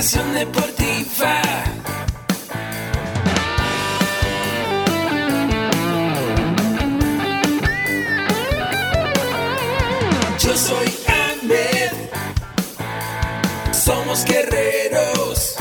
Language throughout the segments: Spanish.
Educación deportiva. Yo soy Ahmed. Somos guerreros.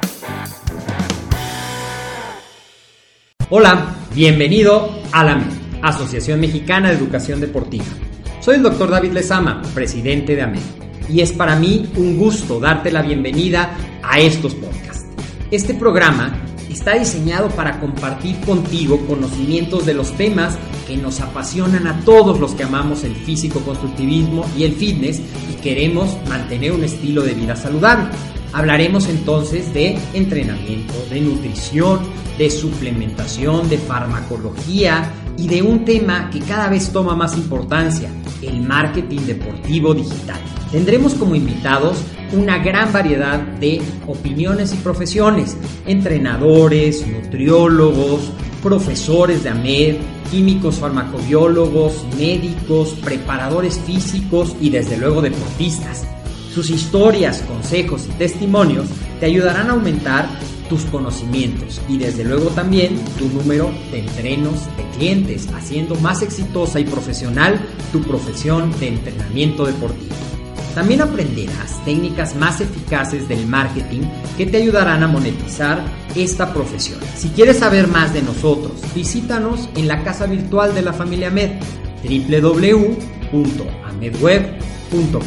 Hola, bienvenido a la AMED, Asociación Mexicana de Educación Deportiva. Soy el Dr. David Lezama, presidente de AMED, y es para mí un gusto darte la bienvenida a estos podcasts. Este programa está diseñado para compartir contigo conocimientos de los temas que nos apasionan a todos los que amamos el físico-constructivismo y el fitness y queremos mantener un estilo de vida saludable. Hablaremos entonces de entrenamiento, de nutrición, de suplementación, de farmacología y de un tema que cada vez toma más importancia, el marketing deportivo digital. Tendremos como invitados una gran variedad de opiniones y profesiones, entrenadores, nutriólogos, profesores de AMED, químicos farmacobiólogos, médicos, preparadores físicos y desde luego deportistas. Sus historias, consejos y testimonios te ayudarán a aumentar tus conocimientos y desde luego también tu número de entrenos de clientes, haciendo más exitosa y profesional tu profesión de entrenamiento deportivo. También aprenderás técnicas más eficaces del marketing que te ayudarán a monetizar esta profesión. Si quieres saber más de nosotros, visítanos en la casa virtual de la familia AMED, www.amedweb.com.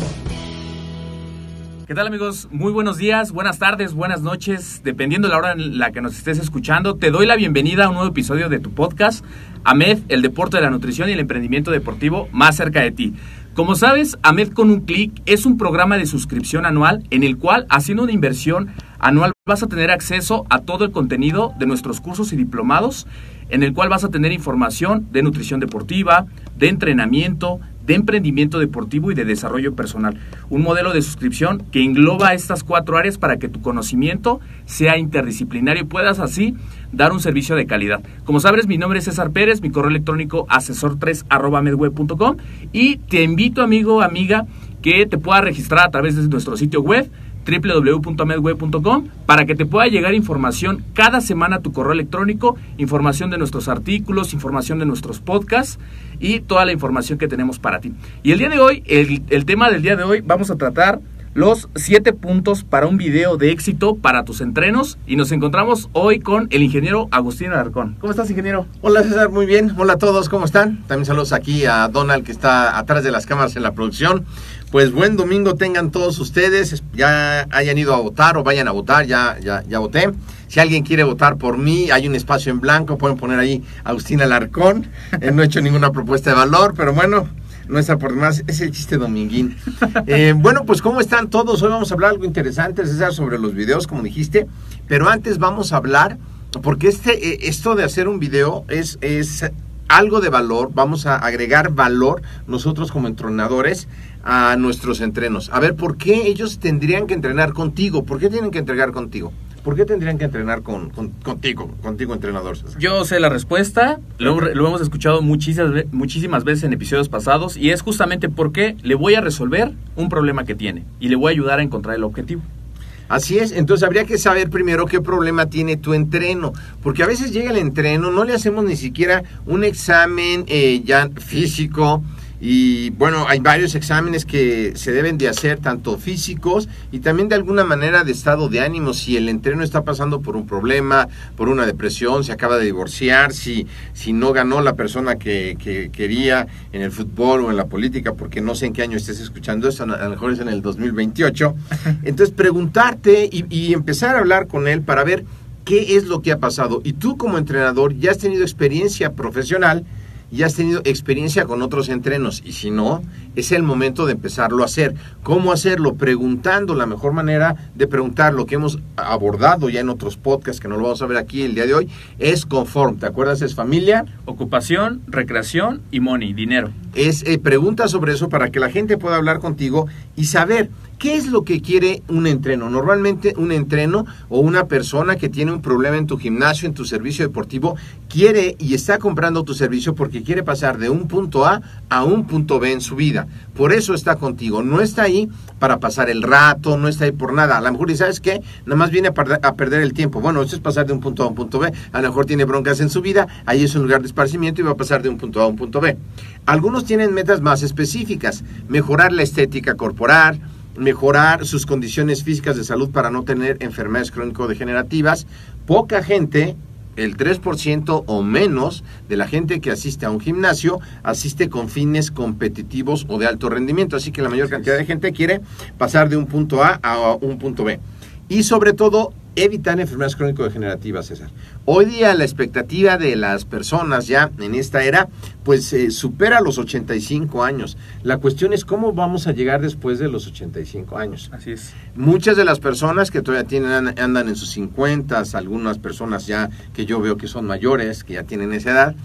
¿Qué tal, amigos? Muy buenos días, buenas tardes, buenas noches, dependiendo de la hora en la que nos estés escuchando. Te doy la bienvenida a un nuevo episodio de tu podcast, AMED, el deporte de la nutrición y el emprendimiento deportivo más cerca de ti. Como sabes, AMED con un clic es un programa de suscripción anual en el cual, haciendo una inversión anual, vas a tener acceso a todo el contenido de nuestros cursos y diplomados, en el cual vas a tener información de nutrición deportiva, de entrenamiento, de emprendimiento deportivo y de desarrollo personal. Un modelo de suscripción que engloba estas 4 áreas para que tu conocimiento sea interdisciplinario y puedas así dar un servicio de calidad. Como sabes, mi nombre es César Pérez, mi correo electrónico asesor3@amedweb.com y te invito, amigo, amiga, que te puedas registrar a través de nuestro sitio web www.amedweb.com para que te pueda llegar información cada semana a tu correo electrónico, información de nuestros artículos, información de nuestros podcasts y toda la información que tenemos para ti. Y el día de hoy, el tema del día de hoy, vamos a tratar los 7 puntos para un video de éxito para tus entrenos y nos encontramos hoy con el ingeniero Agustín Alarcón. ¿Cómo estás, ingeniero? Hola, César, muy bien. Hola a todos, ¿cómo están? También saludos aquí a Donald, que está atrás de las cámaras en la producción. Pues buen domingo tengan todos ustedes, ya hayan ido a votar o vayan a votar, ya voté. Si alguien quiere votar por mí, hay un espacio en blanco, pueden poner ahí Agustín Alarcón. No he hecho ninguna propuesta de valor, pero bueno, no está por demás, es el chiste dominguín. Bueno, pues ¿cómo están todos? Hoy vamos a hablar algo interesante, César, sobre los videos, como dijiste, pero antes vamos a hablar, porque esto de hacer un video es algo de valor, vamos a agregar valor nosotros como entrenadores a nuestros entrenos. A ver, ¿por qué ellos tendrían que entrenar contigo? ¿Por qué tienen que entrenar contigo? ¿Por qué tendrían que entrenar contigo, entrenador, César? Yo sé la respuesta, lo hemos escuchado muchísimas veces en episodios pasados y es justamente porque le voy a resolver un problema que tiene y le voy a ayudar a encontrar el objetivo. Así es, entonces habría que saber primero qué problema tiene tu entreno, porque a veces llega el entreno, no le hacemos ni siquiera un examen ya físico. Y bueno, hay varios exámenes que se deben de hacer, tanto físicos y también de alguna manera de estado de ánimo. Si el entreno está pasando por un problema, por una depresión, se acaba de divorciar, si no ganó la persona que quería en el fútbol o en la política, porque no sé en qué año estés escuchando esto, a lo mejor es en el 2028. Entonces preguntarte y empezar a hablar con él para ver qué es lo que ha pasado. Y tú como entrenador ya has tenido experiencia profesional, ya has tenido experiencia con otros entrenos y si no, es el momento de empezarlo a hacer. ¿Cómo hacerlo? Preguntando. La mejor manera de preguntar, lo que hemos abordado ya en otros podcasts, que no lo vamos a ver aquí el día de hoy, es conform. ¿Te acuerdas? Es familia, ocupación, recreación y money, dinero. Es pregunta sobre eso para que la gente pueda hablar contigo y saber ¿Qué es lo que quiere un entreno? Normalmente un entreno o una persona que tiene un problema en tu gimnasio, en tu servicio deportivo, quiere y está comprando tu servicio porque quiere pasar de un punto A un punto B en su vida. Por eso está contigo. No está ahí para pasar el rato, no está ahí por nada. A lo mejor, ¿y sabes qué? Nada más viene a perder el tiempo. Bueno, eso es pasar de un punto A un punto B. A lo mejor tiene broncas en su vida, ahí es un lugar de esparcimiento y va a pasar de un punto A un punto B. Algunos tienen metas más específicas. Mejorar la estética corporal, mejorar sus condiciones físicas de salud para no tener enfermedades crónico-degenerativas. Poca gente, el 3% o menos de la gente que asiste a un gimnasio, asiste con fines competitivos o de alto rendimiento. Así que la mayor cantidad de gente quiere pasar de un punto A un punto B. Y sobre todo, evitar enfermedades crónico-degenerativas, César. Hoy día la expectativa de las personas ya en esta era, pues supera los 85 años. La cuestión es cómo vamos a llegar después de los 85 años. Así es. Muchas de las personas que todavía andan en sus 50, algunas personas ya que yo veo que son mayores, que ya tienen esa edad,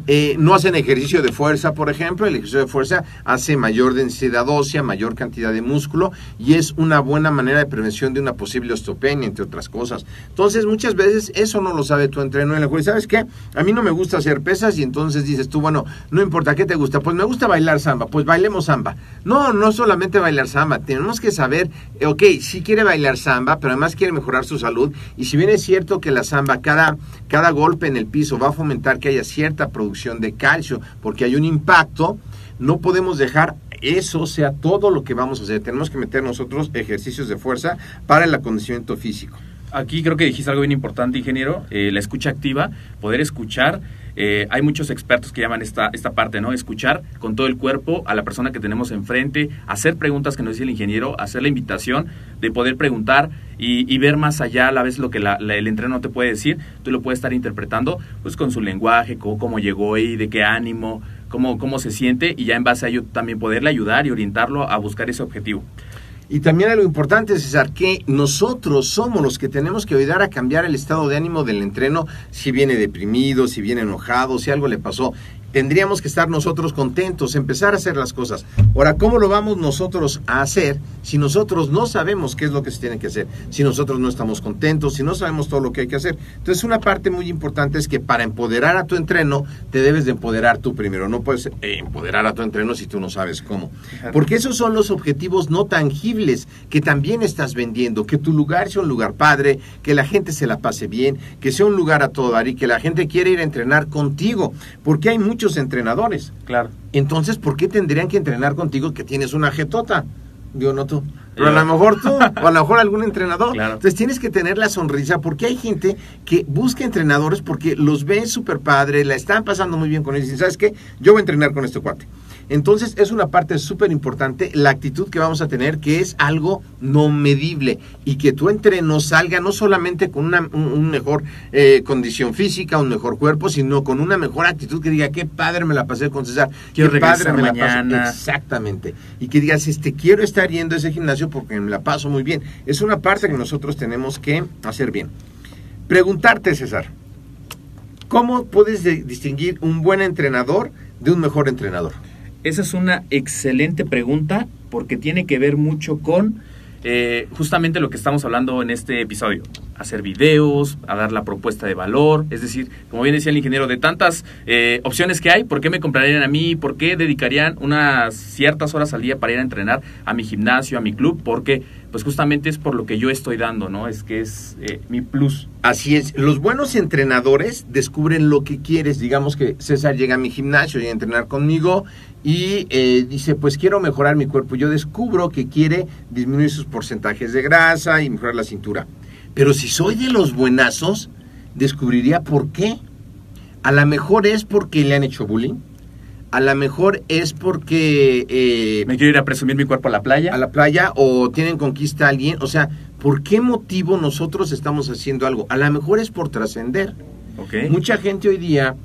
no hacen ejercicio de fuerza, por ejemplo. El ejercicio de fuerza hace mayor densidad ósea, mayor cantidad de músculo y es una buena manera de prevención de una posible osteopenia, entre otras cosas. Entonces, muchas veces eso no lo sabe tu entrenador. ¿Sabes qué? A mí no me gusta hacer pesas y entonces dices tú, bueno, no importa, ¿qué te gusta? Pues me gusta bailar samba, pues bailemos samba. No solamente bailar samba, tenemos que saber, ok, sí quiere bailar samba, pero además quiere mejorar su salud. Y si bien es cierto que la samba, cada golpe en el piso va a fomentar que haya cierta producción de calcio, porque hay un impacto, no podemos dejar eso sea todo lo que vamos a hacer. Tenemos que meter nosotros ejercicios de fuerza para el acondicionamiento físico. Aquí creo que dijiste algo bien importante, ingeniero, la escucha activa, poder escuchar. Hay muchos expertos que llaman esta parte, ¿no? Escuchar con todo el cuerpo a la persona que tenemos enfrente, hacer preguntas que nos dice el ingeniero, hacer la invitación de poder preguntar y ver más allá a la vez lo que el entreno te puede decir. Tú lo puedes estar interpretando pues con su lenguaje, cómo llegó ahí, de qué ánimo, cómo se siente, y ya en base a ello también poderle ayudar y orientarlo a buscar ese objetivo. Y también algo importante, César, que nosotros somos los que tenemos que ayudar a cambiar el estado de ánimo del entreno, si viene deprimido, si viene enojado, si algo le pasó. Tendríamos que estar nosotros contentos, empezar a hacer las cosas. Ahora, ¿cómo lo vamos nosotros a hacer si nosotros no sabemos qué es lo que se tiene que hacer? Si nosotros no estamos contentos, si no sabemos todo lo que hay que hacer. Entonces, una parte muy importante es que para empoderar a tu entreno, te debes de empoderar tú primero. No puedes empoderar a tu entreno si tú no sabes cómo. Porque esos son los objetivos no tangibles que también estás vendiendo. Que tu lugar sea un lugar padre, que la gente se la pase bien, que sea un lugar a todo dar y que la gente quiera ir a entrenar contigo. Porque hay muchos entrenadores. Claro. Entonces, ¿por qué tendrían que entrenar contigo que tienes una jetota? Yo no tú. Pero a lo mejor tú, o a lo mejor algún entrenador. Claro. Entonces tienes que tener la sonrisa, porque hay gente que busca entrenadores porque los ve súper padre, la están pasando muy bien con ellos y dicen, ¿sabes qué? Yo voy a entrenar con este cuate. Entonces es una parte súper importante la actitud que vamos a tener, que es algo no medible, y que tu entreno salga no solamente con una mejor condición física, un mejor cuerpo, sino con una mejor actitud, que diga, qué padre me la pasé con César, quiero qué padre me mañana. la pasé. Exactamente. Y que digas, quiero estar yendo a ese gimnasio porque me la paso muy bien. Es una parte que nosotros tenemos que hacer bien. Preguntarte, César, ¿cómo puedes distinguir un buen entrenador de un mejor entrenador? Esa es una excelente pregunta porque tiene que ver mucho con justamente lo que estamos hablando en este episodio. Hacer videos, a dar la propuesta de valor. Es decir, como bien decía el ingeniero, de tantas opciones que hay, ¿por qué me comprarían a mí? ¿Por qué dedicarían unas ciertas horas al día para ir a entrenar a mi gimnasio, a mi club? Porque pues justamente es por lo que yo estoy dando, ¿no? Es que es mi plus. Así es. Los buenos entrenadores descubren lo que quieres. Digamos que César llega a mi gimnasio y a entrenar conmigo y dice, pues quiero mejorar mi cuerpo. Yo descubro que quiere disminuir sus porcentajes de grasa y mejorar la cintura. Pero si soy de los buenazos, descubriría por qué. A lo mejor es porque le han hecho bullying. A lo mejor es porque... me quiero ir a presumir mi cuerpo a la playa. A la playa, o tienen conquista a alguien. O sea, ¿por qué motivo nosotros estamos haciendo algo? A lo mejor es por trascender. Okay. Mucha gente hoy día,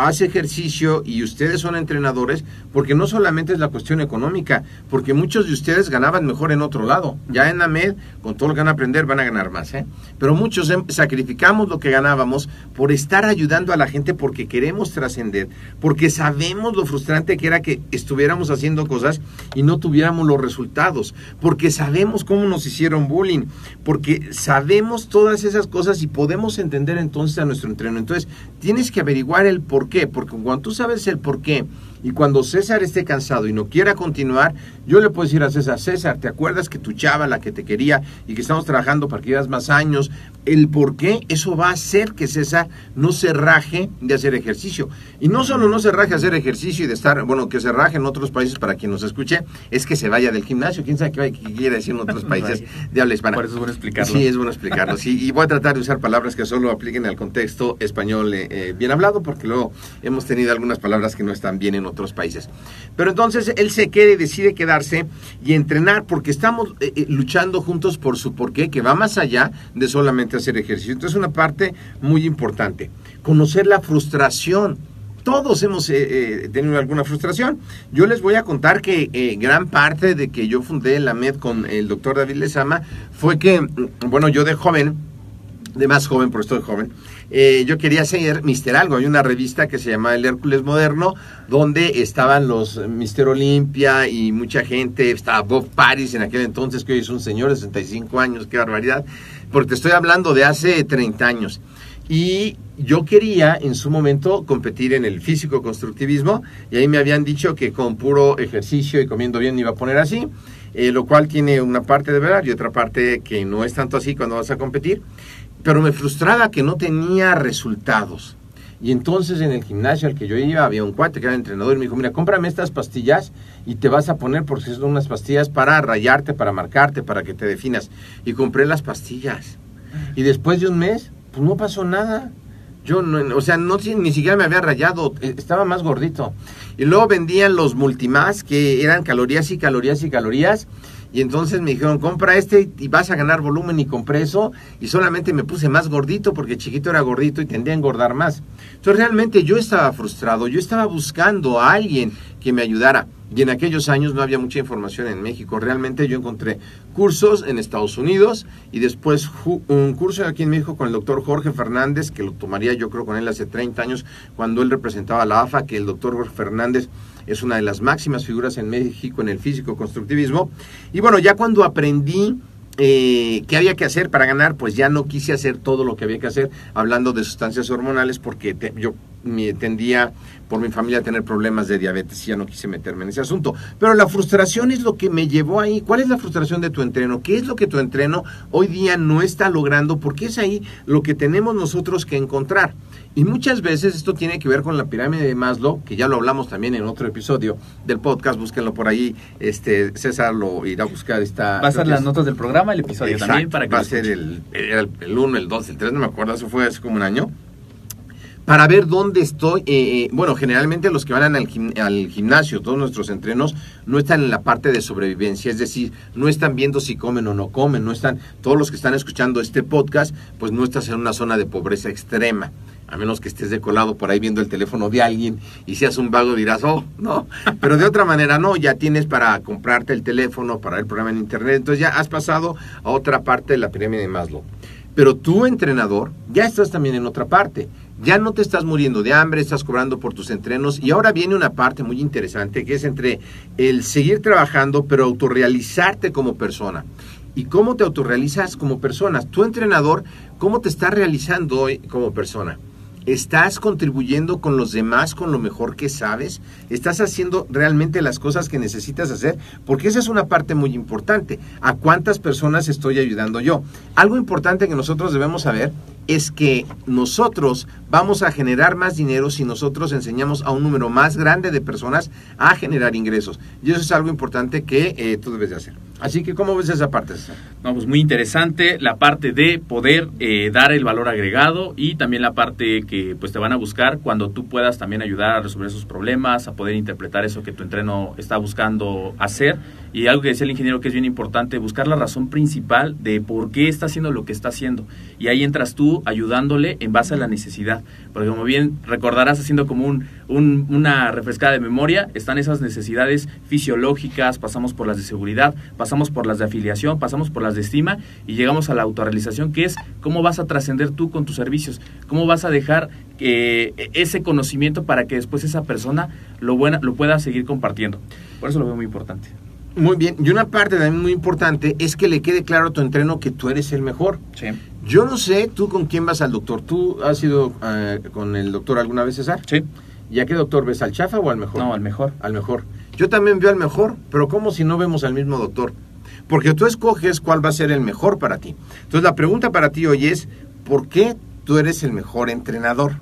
hace ejercicio y ustedes son entrenadores, porque no solamente es la cuestión económica, porque muchos de ustedes ganaban mejor en otro lado. Ya en AMED, con todo lo que van a aprender, van a ganar más, ¿eh? Pero muchos sacrificamos lo que ganábamos por estar ayudando a la gente, porque queremos trascender, porque sabemos lo frustrante que era que estuviéramos haciendo cosas y no tuviéramos los resultados, porque sabemos cómo nos hicieron bullying, porque sabemos todas esas cosas y podemos entender entonces a nuestro entreno. Entonces, tienes que averiguar el por qué, porque cuando tú sabes el por qué y cuando César esté cansado y no quiera continuar, yo le puedo decir a César: César, ¿te acuerdas que tu chava, la que te quería y que estamos trabajando para que llevas más años? El por qué, eso va a hacer que César no se raje de hacer ejercicio. Y no solo no se raje de hacer ejercicio y de estar, bueno, que se raje en otros países, para quien nos escuche, es que se vaya del gimnasio. ¿Quién sabe qué quiere decir en otros países de habla hispana? Por eso es bueno explicarlo. Sí, es bueno explicarlo. Sí, y voy a tratar de usar palabras que solo apliquen al contexto español bien hablado, porque luego hemos tenido algunas palabras que no están bien en otros países. Pero entonces él se queda y decide quedarse y entrenar, porque estamos luchando juntos por su porqué, que va más allá de solamente hacer ejercicio. Entonces, una parte muy importante, conocer la frustración. Todos hemos tenido alguna frustración. Yo les voy a contar que gran parte de que yo fundé la AMED con el doctor David Lezama fue que, bueno, yo de más joven, porque estoy joven, yo quería ser Mister Algo. Hay una revista que se llama El Hércules Moderno, donde estaban los Mister Olimpia y mucha gente. Estaba Bob Paris en aquel entonces, que hoy es un señor de 65 años, qué barbaridad, porque te estoy hablando de hace 30 años. Y yo quería en su momento competir en el físico-constructivismo, y ahí me habían dicho que con puro ejercicio y comiendo bien me iba a poner así, lo cual tiene una parte de verdad y otra parte que no es tanto así cuando vas a competir. Pero me frustraba que no tenía resultados. Y entonces en el gimnasio al que yo iba había un cuate que era entrenador y me dijo: mira, cómprame estas pastillas y te vas a poner, porque son unas pastillas para rayarte, para marcarte, para que te definas. Y compré las pastillas. Y después de un mes, pues no pasó nada. Yo, no, o sea, ni siquiera me había rayado, estaba más gordito. Y luego vendían los Multimás, que eran calorías y calorías y calorías. Y entonces me dijeron: compra este y vas a ganar volumen. Y compré eso y solamente me puse más gordito, porque chiquito era gordito y tendía a engordar más. Entonces realmente yo estaba frustrado, yo estaba buscando a alguien que me ayudara. Y en aquellos años no había mucha información en México. Realmente yo encontré cursos en Estados Unidos y después un curso aquí en México con el doctor Jorge Fernández, que lo tomaría yo creo con él hace 30 años, cuando él representaba a la AFA, que el doctor Jorge Fernández es una de las máximas figuras en México en el físico-constructivismo. Y bueno, ya cuando aprendí qué había que hacer para ganar, pues ya no quise hacer todo lo que había que hacer hablando de sustancias hormonales, porque yo me tendía por mi familia a tener problemas de diabetes y ya no quise meterme en ese asunto. Pero la frustración es lo que me llevó ahí. ¿Cuál es la frustración de tu entreno? ¿Qué es lo que tu entreno hoy día no está logrando? Porque es ahí lo que tenemos nosotros que encontrar. Y muchas veces esto tiene que ver con la pirámide de Maslow, que ya lo hablamos también en otro episodio del podcast. Búsquenlo por ahí. César lo irá a buscar. Va a estar las notas del programa, el episodio. Exacto, también, para que va a ser el 1, el 2, el 3, no me acuerdo, eso fue hace como un año. Para ver dónde estoy. Bueno, generalmente los que van al gimnasio, todos nuestros entrenos, no están en la parte de sobrevivencia, es decir, no están viendo si comen o no comen, no están, todos los que están escuchando este podcast, pues no estás en una zona de pobreza extrema, a menos que estés de colado por ahí viendo el teléfono de alguien y seas un vago dirás: oh, no, pero de otra manera no, ya tienes para comprarte el teléfono, para ver el programa en internet, entonces ya has pasado a otra parte de la pirámide de Maslow. Pero tú, entrenador, ya estás también en otra parte. Ya no te estás muriendo de hambre, estás cobrando por tus entrenos. Y ahora viene una parte muy interesante, que es entre el seguir trabajando, pero autorrealizarte como persona. ¿Y cómo te autorrealizas como persona? Tu entrenador, ¿cómo te estás realizando hoy como persona? ¿Estás contribuyendo con los demás con lo mejor que sabes? ¿Estás haciendo realmente las cosas que necesitas hacer? Porque esa es una parte muy importante. ¿A cuántas personas estoy ayudando yo? Algo importante que nosotros debemos saber es que nosotros vamos a generar más dinero si nosotros enseñamos a un número más grande de personas a generar ingresos. Y eso es algo importante que tú debes de hacer. Así que, ¿cómo ves esa parte, César? No, pues muy interesante la parte de poder dar el valor agregado, y también la parte que pues te van a buscar cuando tú puedas también ayudar a resolver esos problemas, a poder interpretar eso que tu entreno está buscando hacer, Y algo que decía el ingeniero que es bien importante, buscar la razón principal de por qué está haciendo lo que está haciendo. Y ahí entras tú ayudándole en base a la necesidad. Porque como bien recordarás, haciendo como una refrescada de memoria, están esas necesidades fisiológicas, pasamos por las de seguridad, pasamos por las de afiliación, pasamos por las de estima y llegamos a la autorrealización, que es cómo vas a trascender tú con tus servicios, cómo vas a dejar ese conocimiento para que después esa persona lo pueda seguir compartiendo. Por eso lo veo muy importante. Muy bien, y una parte también muy importante es que le quede claro a tu entreno que tú eres el mejor. Sí. Yo no sé, ¿tú con quién vas al doctor? ¿Tú has ido con el doctor alguna vez, César? Sí. ¿Y a qué doctor ves? ¿Al chafa o al mejor? No, al mejor. Al mejor. Yo también veo al mejor, pero ¿cómo si no vemos al mismo doctor? Porque tú escoges cuál va a ser el mejor para ti. Entonces la pregunta para ti hoy es, ¿por qué tú eres el mejor entrenador?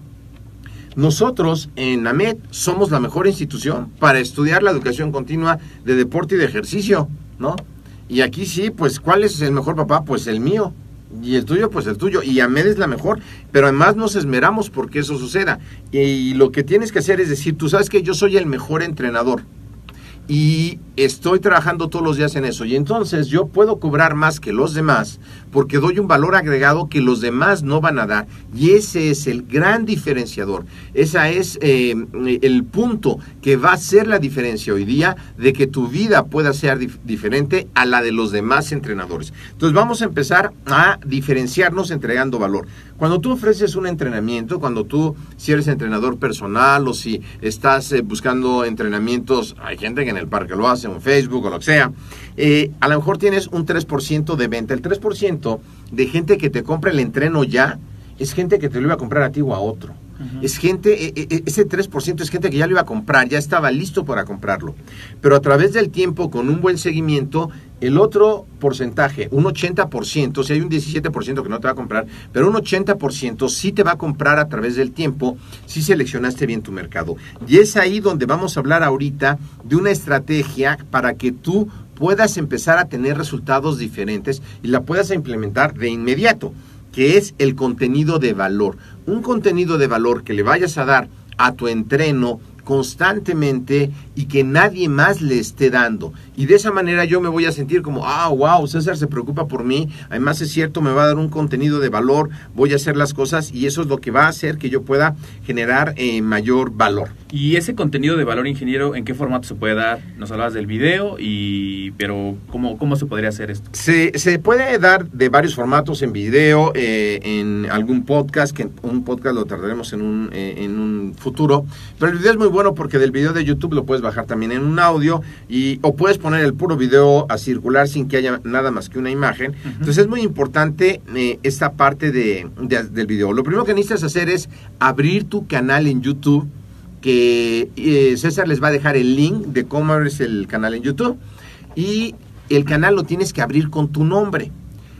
Nosotros en AMED somos la mejor institución para estudiar la educación continua de deporte y de ejercicio, ¿no? Y aquí sí, pues, ¿cuál es el mejor papá? Pues el mío. Y el tuyo, pues el tuyo. Y AMED es la mejor, pero además nos esmeramos porque eso suceda. Y lo que tienes que hacer es decir, tú sabes que yo soy el mejor entrenador. Y estoy trabajando todos los días en eso. Y entonces yo puedo cobrar más que los demás porque doy un valor agregado que los demás no van a dar. Y ese es el gran diferenciador. Ese es el punto que va a ser la diferencia hoy día de que tu vida pueda ser diferente a la de los demás entrenadores. Entonces vamos a empezar a diferenciarnos entregando valor. Cuando tú ofreces un entrenamiento, si eres entrenador personal o si estás buscando entrenamientos, hay gente que en el parque lo hace, en Facebook o lo que sea, a lo mejor tienes un 3% de venta. El 3% de gente que te compra el entreno ya es gente que te lo iba a comprar a ti o a otro. Uh-huh. Es gente, ese 3% es gente que ya lo iba a comprar, ya estaba listo para comprarlo. Pero a través del tiempo, con un buen seguimiento, el otro porcentaje, un 80%, si hay un 17% que no te va a comprar, pero un 80% sí te va a comprar a través del tiempo, si seleccionaste bien tu mercado. Y es ahí donde vamos a hablar ahorita de una estrategia para que tú puedas empezar a tener resultados diferentes y la puedas implementar de inmediato, que es el contenido de valor. Un contenido de valor que le vayas a dar a tu entreno constantemente y que nadie más le esté dando. Y de esa manera yo me voy a sentir como, wow, César se preocupa por mí, además es cierto, me va a dar un contenido de valor, voy a hacer las cosas y eso es lo que va a hacer que yo pueda generar mayor valor. Y ese contenido de valor, ingeniero, ¿en qué formato se puede dar? Nos hablabas del video, pero ¿cómo se podría hacer esto? Se puede dar de varios formatos, en video, en algún podcast, que un podcast lo tardaremos en un futuro, pero el video es muy bueno porque del video de YouTube lo puedes bajar también en un audio o puedes poner el puro video a circular sin que haya nada más que una imagen. Uh-huh. Entonces es muy importante esta parte del video. Lo primero que necesitas hacer es abrir tu canal en YouTube, que César les va a dejar el link de cómo abres el canal en YouTube, y el canal lo tienes que abrir con tu nombre.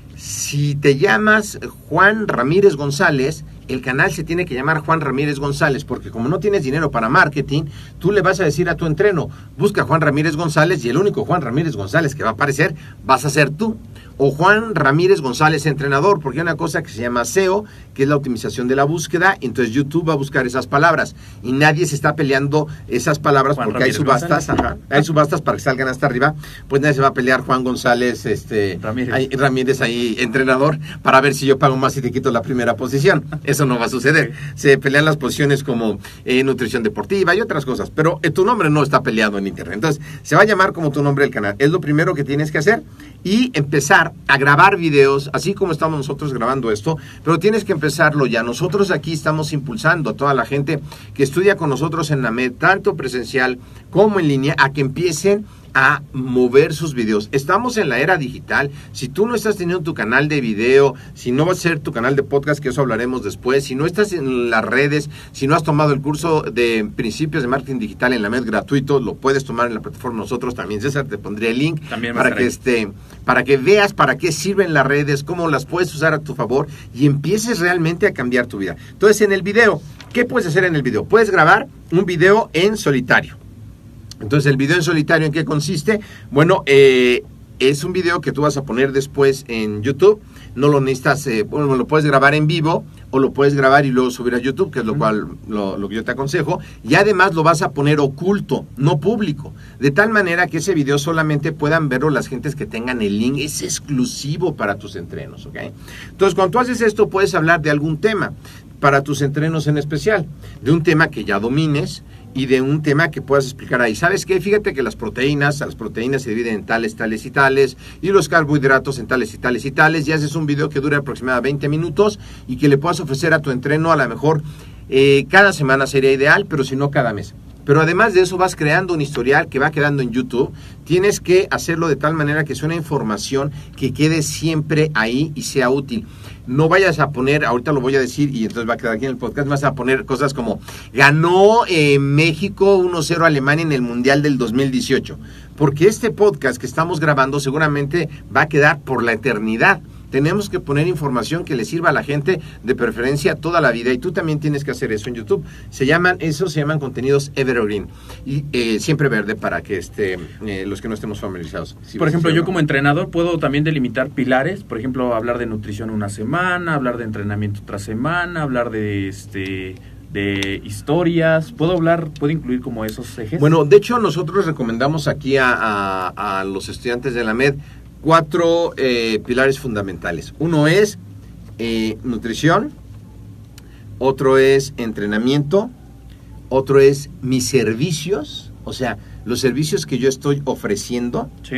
Si te llamas Juan Ramírez González, el canal se tiene que llamar Juan Ramírez González, porque como no tienes dinero para marketing, tú le vas a decir a tu entreno, busca Juan Ramírez González, y el único Juan Ramírez González que va a aparecer vas a ser tú. O Juan Ramírez González entrenador, porque hay una cosa que se llama SEO, que es la optimización de la búsqueda. Entonces YouTube va a buscar esas palabras y nadie se está peleando esas palabras Juan porque Ramírez hay subastas, hay subastas para que salgan hasta arriba. Pues nadie se va a pelear Juan González Ramírez ahí entrenador para ver si yo pago más y te quito la primera posición. Eso no va a suceder. Se pelean las posiciones como nutrición deportiva y otras cosas, pero tu nombre no está peleado en internet. Entonces se va a llamar como tu nombre el canal. Es lo primero que tienes que hacer y empezar a grabar videos, así como estamos nosotros grabando esto, pero tienes que empezarlo ya. Nosotros aquí estamos impulsando a toda la gente que estudia con nosotros en AMED, tanto presencial como en línea, a que empiecen a mover sus videos. Estamos en la era digital. Si tú no estás teniendo tu canal de video, si no va a ser tu canal de podcast, que eso hablaremos después, si no estás en las redes, si no has tomado el curso de principios de marketing digital en la AMED gratuito, lo puedes tomar en la plataforma nosotros también. César, te pondría el link para que veas para qué sirven las redes, cómo las puedes usar a tu favor y empieces realmente a cambiar tu vida. Entonces, en el video, ¿qué puedes hacer en el video? Puedes grabar un video en solitario. Entonces, ¿el video en solitario en qué consiste? Bueno, es un video que tú vas a poner después en YouTube. No lo necesitas, bueno, lo puedes grabar en vivo o lo puedes grabar y luego subir a YouTube, que es lo cual lo que yo te aconsejo. Y además lo vas a poner oculto, no público, de tal manera que ese video solamente puedan verlo las gentes que tengan el link. Es exclusivo para tus entrenos, ¿ok? Entonces, cuando tú haces esto, puedes hablar de algún tema para tus entrenos en especial, de un tema que ya domines y de un tema que puedas explicar ahí. ¿Sabes qué? Fíjate que las proteínas se dividen en tales, tales y tales, y los carbohidratos en tales y tales y tales, y haces un video que dure aproximadamente 20 minutos y que le puedas ofrecer a tu entreno a lo mejor cada semana sería ideal, pero si no cada mes. Pero además de eso vas creando un historial que va quedando en YouTube. Tienes que hacerlo de tal manera que sea una información que quede siempre ahí y sea útil. No vayas a poner, ahorita lo voy a decir y entonces va a quedar aquí en el podcast, vas a poner cosas como ganó México 1-0 a Alemania en el Mundial del 2018. Porque este podcast que estamos grabando seguramente va a quedar por la eternidad. Tenemos que poner información que le sirva a la gente, de preferencia toda la vida, y tú también tienes que hacer eso en YouTube. Se llaman contenidos evergreen y siempre verde para que los que no estemos familiarizados. Por ejemplo, yo como entrenador puedo también delimitar pilares, por ejemplo, hablar de nutrición una semana, hablar de entrenamiento otra semana, hablar de historias, puedo incluir como esos ejes. Bueno, de hecho nosotros recomendamos aquí a los estudiantes de la MED 4 pilares fundamentales. Uno es nutrición, otro es entrenamiento, otro es mis servicios, o sea, los servicios que yo estoy ofreciendo, sí.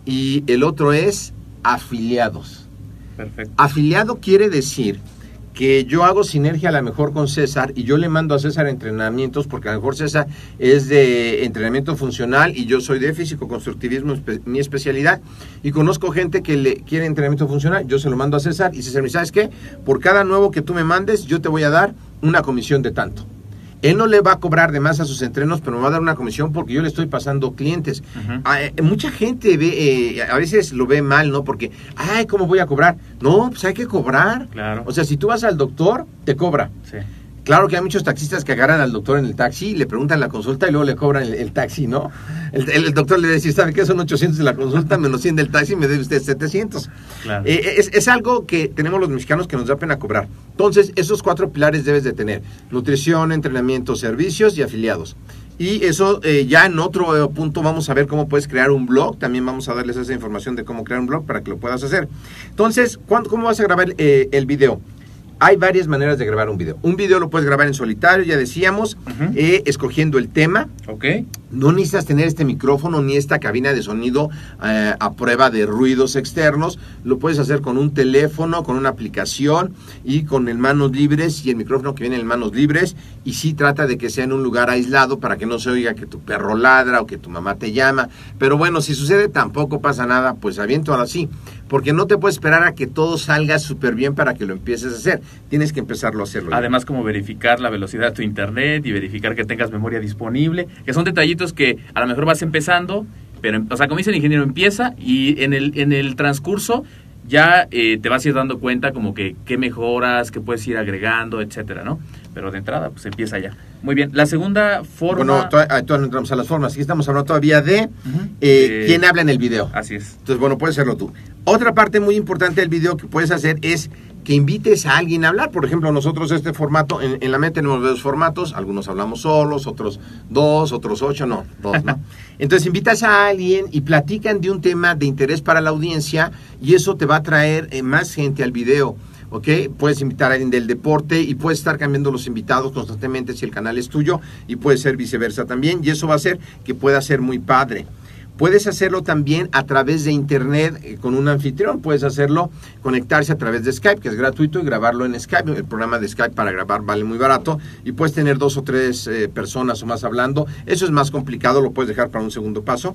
Y el otro es afiliados. Perfecto. Afiliado quiere decir que yo hago sinergia a lo mejor con César y yo le mando a César entrenamientos, porque a lo mejor César es de entrenamiento funcional y yo soy de físico-constructivismo, mi especialidad, y conozco gente que le quiere entrenamiento funcional, yo se lo mando a César y César me dice, ¿sabes qué? Por cada nuevo que tú me mandes, yo te voy a dar una comisión de tanto. Él no le va a cobrar de más a sus entrenos, pero me va a dar una comisión porque yo le estoy pasando clientes. Mucha gente a veces lo ve mal, ¿no? Porque, ¿cómo voy a cobrar? No, pues hay que cobrar. Claro. O sea, si tú vas al doctor, te cobra. Sí. Claro que hay muchos taxistas que agarran al doctor en el taxi, le preguntan la consulta y luego le cobran el taxi, ¿no? El doctor le dice, ¿sabe qué? Son 800 de la consulta, menos 100 del taxi, me debe usted 700. Claro. Es algo que tenemos los mexicanos que nos da pena cobrar. Entonces, esos 4 pilares debes de tener: nutrición, entrenamiento, servicios y afiliados. Y eso ya en otro punto vamos a ver cómo puedes crear un blog. También vamos a darles esa información de cómo crear un blog para que lo puedas hacer. Entonces, ¿cómo vas a grabar el video? Hay varias maneras de grabar un video. Un video lo puedes grabar en solitario, ya decíamos, escogiendo el tema. Ok. No necesitas tener este micrófono ni esta cabina de sonido a prueba de ruidos externos. Lo puedes hacer con un teléfono, con una aplicación y con el manos libres y el micrófono que viene en manos libres. Y sí trata de que sea en un lugar aislado para que no se oiga que tu perro ladra o que tu mamá te llama. Pero bueno, si sucede tampoco pasa nada, pues aviéntalo así. Porque no te puedes esperar a que todo salga súper bien para que lo empieces a hacer. Tienes que empezarlo a hacerlo. Además, como verificar la velocidad de tu internet y verificar que tengas memoria disponible, que son detallitos que a lo mejor vas empezando, pero, o sea, como dice el ingeniero, empieza y en el transcurso ya te vas a ir dando cuenta como que qué mejoras, qué puedes ir agregando, etcétera, ¿no? Pero de entrada, pues empieza ya. Muy bien. La segunda forma... Bueno, todavía no entramos a las formas. Aquí estamos hablando todavía de quién habla en el video. Así es. Entonces, bueno, puedes hacerlo tú. Otra parte muy importante del video que puedes hacer es que invites a alguien a hablar. Por ejemplo, nosotros este formato, en la MED tenemos 2 formatos. Algunos hablamos solos, otros 2, otros 8, no, 2, ¿no? Entonces, invitas a alguien y platican de un tema de interés para la audiencia y eso te va a traer más gente al video. ¿Ok? Puedes invitar a alguien del deporte y puedes estar cambiando los invitados constantemente si el canal es tuyo, y puede ser viceversa también, y eso va a hacer que pueda ser muy padre. Puedes hacerlo también a través de internet con un anfitrión. Puedes hacerlo, conectarse a través de Skype, que es gratuito, y grabarlo en Skype. El programa de Skype para grabar vale muy barato y puedes tener 2 o 3 personas o más hablando. Eso es más complicado, lo puedes dejar para un segundo paso.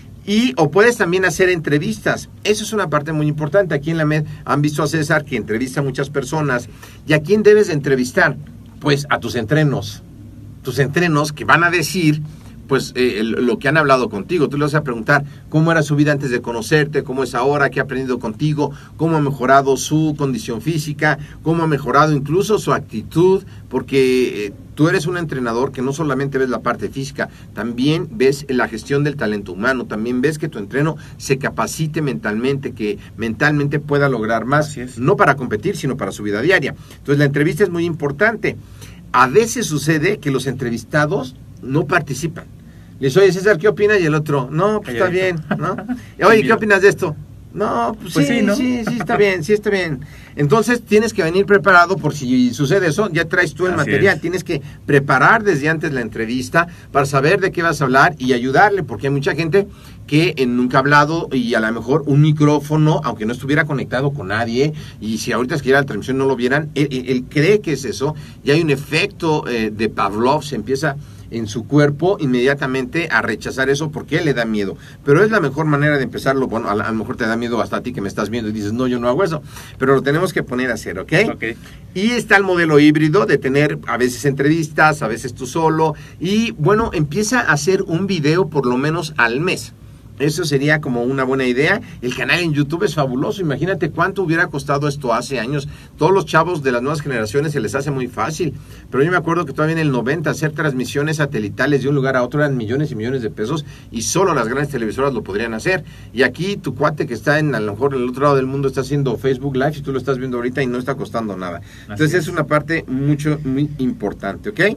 O puedes también hacer entrevistas. Eso es una parte muy importante. Aquí en la MED han visto a César que entrevista a muchas personas. ¿Y a quién debes de entrevistar? Pues a tus entrenos. Tus entrenos que van a decir pues lo que han hablado contigo. Tú le vas a preguntar cómo era su vida antes de conocerte, cómo es ahora, qué ha aprendido contigo, cómo ha mejorado su condición física, cómo ha mejorado incluso su actitud, porque tú eres un entrenador que no solamente ves la parte física, también ves la gestión del talento humano, también ves que tu entreno se capacite mentalmente, que mentalmente pueda lograr más, no para competir, sino para su vida diaria. Entonces la entrevista es muy importante. A veces sucede que los entrevistados no participan. Les oye, César, ¿qué opinas? Y el otro, no, pues está bien, ¿no? Oye, ¿qué opinas de esto? No, pues sí, ¿no? sí, está bien, sí está bien. Entonces tienes que venir preparado por si sucede eso, ya traes tú el material, tienes que preparar desde antes la entrevista para saber de qué vas a hablar y ayudarle, porque hay mucha gente que nunca ha hablado y a lo mejor un micrófono, aunque no estuviera conectado con nadie, y si ahorita estuviera la transmisión no lo vieran, él cree que es eso, y hay un efecto de Pavlov, se empieza en su cuerpo inmediatamente a rechazar eso porque le da miedo, pero es la mejor manera de empezarlo. Bueno, a lo mejor te da miedo hasta a ti que me estás viendo y dices, no, yo no hago eso, pero lo tenemos que poner a hacer, ¿ok? Y está el modelo híbrido de tener a veces entrevistas, a veces tú solo, y bueno, empieza a hacer un video por lo menos al mes. Eso sería como una buena idea. El canal en YouTube es fabuloso. Imagínate cuánto hubiera costado esto hace años. Todos los chavos de las nuevas generaciones se les hace muy fácil. Pero yo me acuerdo que todavía en el 90 hacer transmisiones satelitales de un lugar a otro eran millones y millones de pesos y solo las grandes televisoras lo podrían hacer. Y aquí tu cuate que está a lo mejor en el otro lado del mundo está haciendo Facebook Live y tú lo estás viendo ahorita y no está costando nada. Entonces es una parte muy importante, ¿ok?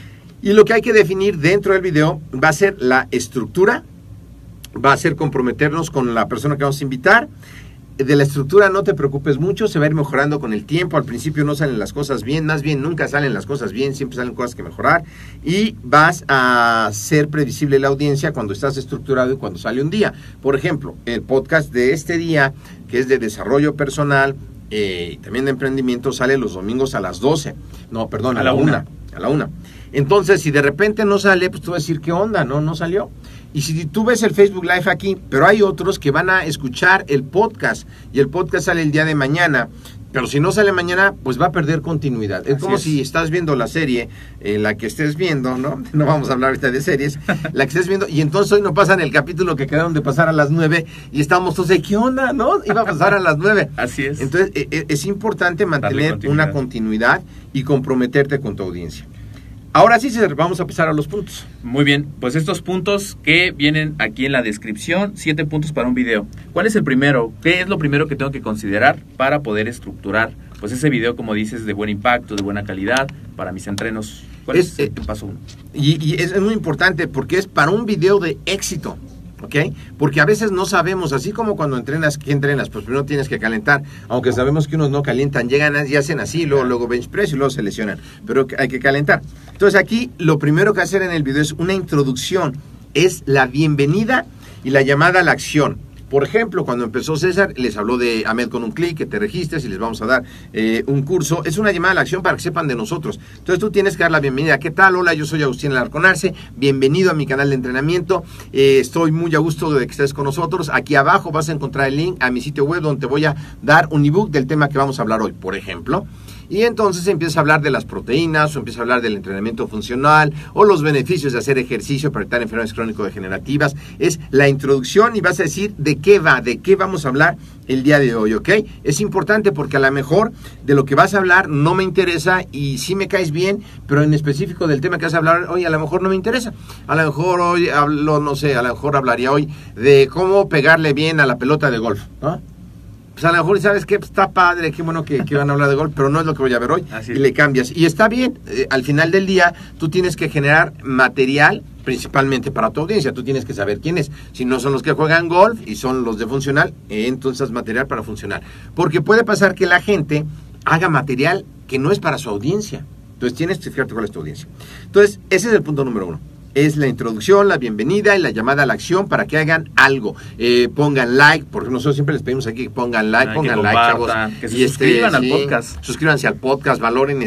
Y lo que hay que definir dentro del video va a ser la estructura, va a ser comprometernos con la persona que vamos a invitar. De la estructura no te preocupes mucho, se va a ir mejorando con el tiempo. Al principio no salen las cosas bien, más bien nunca salen las cosas bien, siempre salen cosas que mejorar. Y vas a ser previsible la audiencia cuando estás estructurado y cuando sale un día. Por ejemplo, el podcast de este día, que es de desarrollo personal y también de emprendimiento, sale los domingos a las 12. No, perdón, a la 1. A la 1. Entonces, si de repente no sale, pues tú vas a decir, ¿qué onda? No salió. Y si tú ves el Facebook Live aquí, pero hay otros que van a escuchar el podcast y el podcast sale el día de mañana, pero si no sale mañana, pues va a perder continuidad. Es como si estás viendo la serie, la que estés viendo, ¿no? No vamos a hablar ahorita de series, la que estés viendo, y entonces hoy no pasan el capítulo que quedaron de pasar a las 9 y estamos todos de, ¿qué onda? ¿No? Iba a pasar a las 9. Así es. Entonces, es importante mantener una continuidad y comprometerte con tu audiencia. Ahora sí, César, vamos a pasar a los puntos. Muy bien, pues estos puntos que vienen aquí en la descripción, 7 puntos para un video. ¿Cuál es el primero? ¿Qué es lo primero que tengo que considerar para poder estructurar pues ese video, como dices, de buen impacto, de buena calidad para mis entrenos? ¿Cuál es el paso 1? Y es muy importante porque es para un video de éxito. ¿Ok? Porque a veces no sabemos, así como cuando entrenas, ¿qué entrenas? Pues primero tienes que calentar, aunque sabemos que unos no calientan, llegan y hacen así, luego bench press y luego se lesionan, pero hay que calentar. Entonces aquí lo primero que hacer en el video es una introducción, es la bienvenida y la llamada a la acción. Por ejemplo, cuando empezó César, les habló de Ahmed con un clic, que te registres y les vamos a dar un curso. Es una llamada a la acción para que sepan de nosotros. Entonces tú tienes que dar la bienvenida. ¿Qué tal? Hola, yo soy Agustín Alarcón Arce. Bienvenido a mi canal de entrenamiento. Estoy muy a gusto de que estés con nosotros. Aquí abajo vas a encontrar el link a mi sitio web donde te voy a dar un ebook del tema que vamos a hablar hoy, por ejemplo. Y entonces empieza a hablar de las proteínas, o empieza a hablar del entrenamiento funcional, o los beneficios de hacer ejercicio para evitar enfermedades crónico-degenerativas. Es la introducción y vas a decir de qué vamos a hablar el día de hoy, ¿ok? Es importante porque a lo mejor de lo que vas a hablar no me interesa y sí me caes bien, pero en específico del tema que vas a hablar hoy a lo mejor no me interesa. A lo mejor hoy hablo, no sé, a lo mejor hablaría hoy de cómo pegarle bien a la pelota de golf, ¿no? Pues a lo mejor, ¿sabes qué? Pues está padre, qué bueno que van a hablar de golf, pero no es lo que voy a ver hoy. Así y le cambias. Y está bien, al final del día, tú tienes que generar material principalmente para tu audiencia. Tú tienes que saber quién es. Si no son los que juegan golf y son los de funcional, entonces material para funcionar. Porque puede pasar que la gente haga material que no es para su audiencia. Entonces tienes que fijarte cuál es tu audiencia. Entonces, ese es el punto número 1. Es la introducción, la bienvenida y la llamada a la acción para que hagan algo. Pongan like, porque nosotros siempre les pedimos aquí que pongan like, chavos. Que se suscriban al podcast. Suscríbanse al podcast, valoren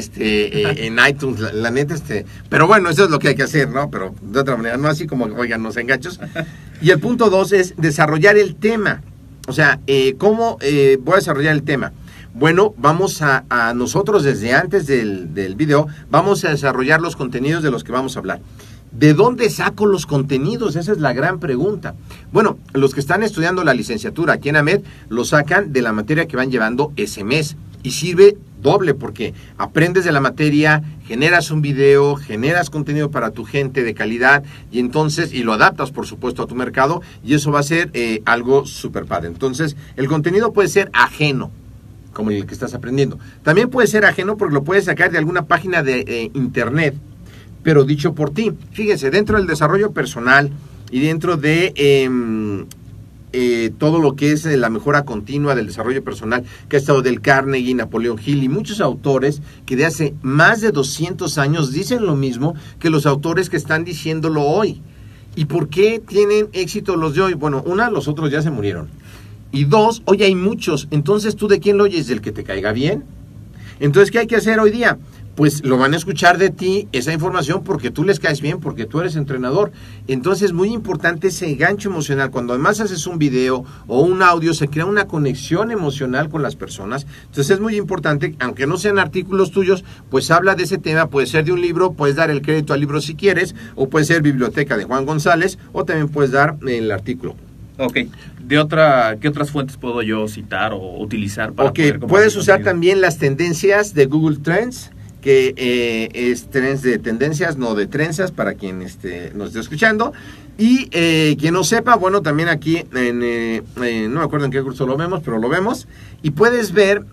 en iTunes, la neta, pero bueno, eso es lo que hay que hacer, ¿no? Pero de otra manera, no así como, oigan, los engachos. Y el punto 2 es desarrollar el tema. O sea, ¿cómo voy a desarrollar el tema? Bueno, vamos a nosotros desde antes del video, vamos a desarrollar los contenidos de los que vamos a hablar. ¿De dónde saco los contenidos? Esa es la gran pregunta. Bueno, los que están estudiando la licenciatura aquí en AMED lo sacan de la materia que van llevando ese mes y sirve doble porque aprendes de la materia, generas un video, generas contenido para tu gente de calidad y entonces, y lo adaptas por supuesto a tu mercado y eso va a ser algo súper padre. Entonces, el contenido puede ser ajeno, como el que estás aprendiendo. También puede ser ajeno porque lo puedes sacar de alguna página de internet, pero dicho por ti. Fíjense, dentro del desarrollo personal y dentro de todo lo que es la mejora continua del desarrollo personal, que ha estado Dale Carnegie, Napoleón Hill y muchos autores que de hace más de 200 años dicen lo mismo que los autores que están diciéndolo hoy. ¿Y por qué tienen éxito los de hoy? Bueno, una, los otros ya se murieron. Y dos, hoy hay muchos. Entonces, ¿tú de quién lo oyes? ¿Del que te caiga bien? Entonces, ¿qué hay que hacer hoy día? Pues lo van a escuchar de ti, esa información, porque tú les caes bien, porque tú eres entrenador. Entonces es muy importante ese gancho emocional. Cuando además haces un video o un audio, se crea una conexión emocional con las personas. Entonces es muy importante, aunque no sean artículos tuyos, pues habla de ese tema. Puede ser de un libro, puedes dar el crédito al libro si quieres, o puede ser Biblioteca de Juan González, o también puedes dar el artículo. Ok. ¿Qué otras fuentes puedo yo citar o utilizar para poder compartir puedes usar contenido? también las tendencias de Google Trends, que es trends de tendencias, no de trenzas, para quien nos esté escuchando. Y quien no sepa, bueno, también aquí, no me acuerdo en qué curso lo vemos, pero lo vemos. Y puedes ver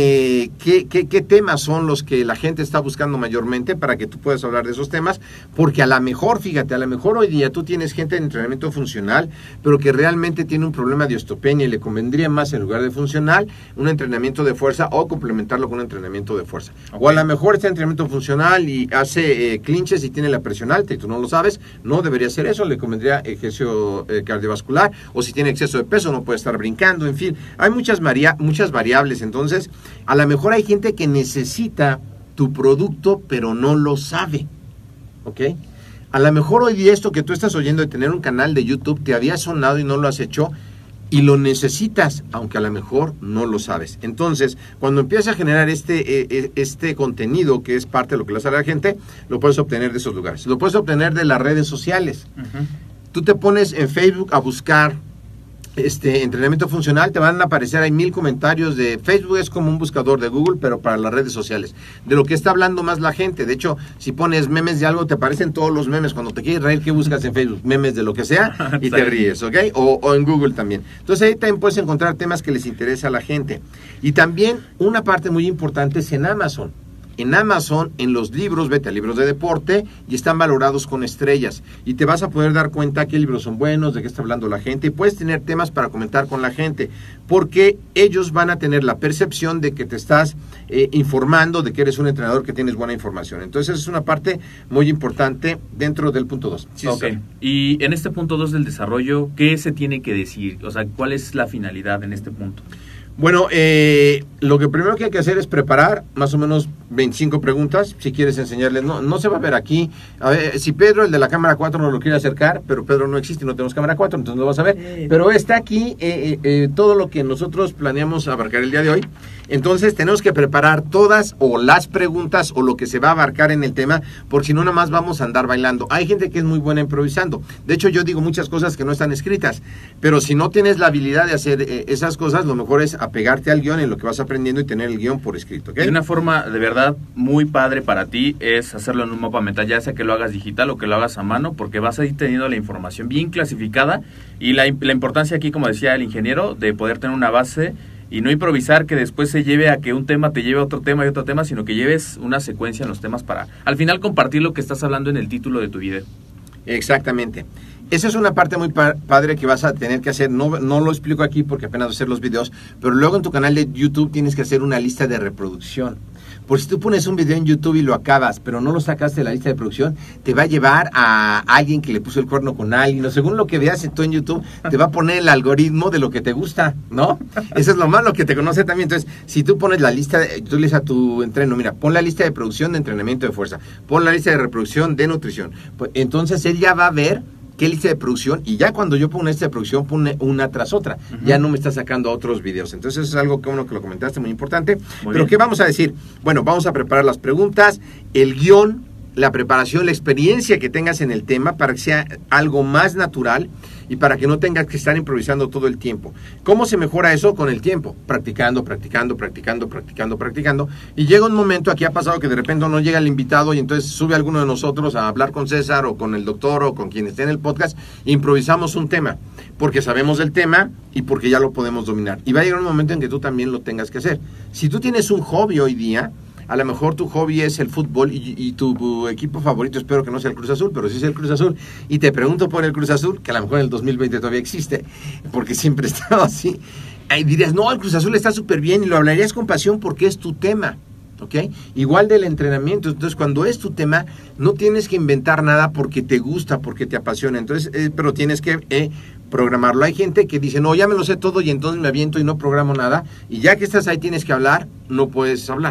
qué temas son los que la gente está buscando mayormente para que tú puedas hablar de esos temas. Porque a lo mejor, fíjate, a lo mejor hoy día tú tienes gente en entrenamiento funcional, pero que realmente tiene un problema de osteopenia y le convendría más, en lugar de funcional, un entrenamiento de fuerza o complementarlo con un entrenamiento de fuerza. Okay. O a lo mejor este entrenamiento funcional y hace clinches y tiene la presión alta y tú no lo sabes, no debería ser eso, le convendría ejercicio cardiovascular, o si tiene exceso de peso no puede estar brincando, en fin, hay muchas variables. Entonces, a lo mejor hay gente que necesita tu producto pero no lo sabe, ¿ok? A lo mejor hoy día esto que tú estás oyendo de tener un canal de YouTube te había sonado y no lo has hecho y lo necesitas, aunque a lo mejor no lo sabes. Entonces, cuando empiezas a generar este contenido que es parte de lo que le hace a la gente, lo puedes obtener de esos lugares. Lo puedes obtener de las redes sociales. Uh-huh. Tú te pones en Facebook a buscar entrenamiento funcional, te van a aparecer, hay 1000 comentarios de Facebook, es como un buscador de Google, pero para las redes sociales, de lo que está hablando más la gente. De hecho, si pones memes de algo, te aparecen todos los memes. Cuando te quieres reír, ¿qué buscas en Facebook? Memes de lo que sea y te ríes, ¿ok? O en Google también. Entonces ahí también puedes encontrar temas que les interesa a la gente. Y también una parte muy importante es en Amazon. En Amazon, en los libros, vete a libros de deporte y están valorados con estrellas. Y te vas a poder dar cuenta qué libros son buenos, de qué está hablando la gente. Y puedes tener temas para comentar con la gente, porque ellos van a tener la percepción de que te estás informando, de que eres un entrenador que tienes buena información. Entonces, es una parte muy importante dentro del punto 2. Sí, ok. Y en este punto 2 del desarrollo, ¿qué se tiene que decir? O sea, ¿cuál es la finalidad en este punto? Bueno, lo que primero que hay que hacer es preparar más o menos 25 preguntas, si quieres enseñarles. No se va a ver aquí. A ver, si Pedro, el de la cámara 4, no lo quiere acercar, pero Pedro no existe, no tenemos cámara 4, entonces no lo vas a ver. Pero está aquí todo lo que nosotros planeamos abarcar el día de hoy. Entonces tenemos que preparar todas o las preguntas o lo que se va a abarcar en el tema, porque si no, nada más vamos a andar bailando. Hay gente que es muy buena improvisando. De hecho, yo digo muchas cosas que no están escritas, pero si no tienes la habilidad de hacer esas cosas, lo mejor es apegarte al guión en lo que vas aprendiendo y tener el guión por escrito, ¿okay? Y una forma de verdad muy padre para ti es hacerlo en un mapa mental, ya sea que lo hagas digital o que lo hagas a mano, porque vas a ir teniendo la información bien clasificada y la importancia aquí, como decía el ingeniero, de poder tener una base y no improvisar que después se lleve a que un tema te lleve a otro tema y otro tema, sino que lleves una secuencia en los temas para al final compartir lo que estás hablando en el título de tu video. Exactamente. Esa es una parte muy padre que vas a tener que hacer. No lo explico aquí porque apenas voy a hacer los videos, pero luego en tu canal de YouTube tienes que hacer una lista de reproducción. Por si tú pones un video en YouTube y lo acabas, pero no lo sacaste de la lista de producción, te va a llevar a alguien que le puso el cuerno con alguien, o según lo que veas tú en YouTube, te va a poner el algoritmo de lo que te gusta, ¿no? Eso es lo malo, que te conoce también. Entonces, si tú pones la lista, tú le dices a tu entreno, mira, pon la lista de producción de entrenamiento de fuerza, pon la lista de reproducción de nutrición, pues, entonces él ya va a ver qué lista de producción, y ya cuando yo pongo una lista de producción, pone una tras otra. Uh-huh. Ya no me está sacando otros videos. Entonces, eso es algo que lo comentaste, muy importante. Muy Pero, bien. ¿Qué vamos a decir? Bueno, vamos a preparar las preguntas, el guión, la preparación, la experiencia que tengas en el tema para que sea algo más natural y para que no tengas que estar improvisando todo el tiempo. ¿Cómo se mejora eso? Con el tiempo, practicando. Y llega un momento, aquí ha pasado que de repente no llega el invitado y entonces sube alguno de nosotros a hablar con César o con el doctor o con quien esté en el podcast, e improvisamos un tema, porque sabemos del tema y porque ya lo podemos dominar. Y va a llegar un momento en que tú también lo tengas que hacer. Si tú tienes un hobby hoy día, a lo mejor tu hobby es el fútbol y tu equipo favorito, espero que no sea el Cruz Azul, pero sí es el Cruz Azul, y te pregunto por el Cruz Azul, que a lo mejor en el 2020 todavía existe, porque siempre he estado así, y dirías, no, el Cruz Azul está súper bien, y lo hablarías con pasión porque es tu tema, ¿ok? Igual del entrenamiento. Entonces, cuando es tu tema, no tienes que inventar nada porque te gusta, porque te apasiona, entonces, pero tienes que programarlo. Hay gente que dice, no, ya me lo sé todo y entonces me aviento y no programo nada, y ya que estás ahí tienes que hablar, no puedes hablar.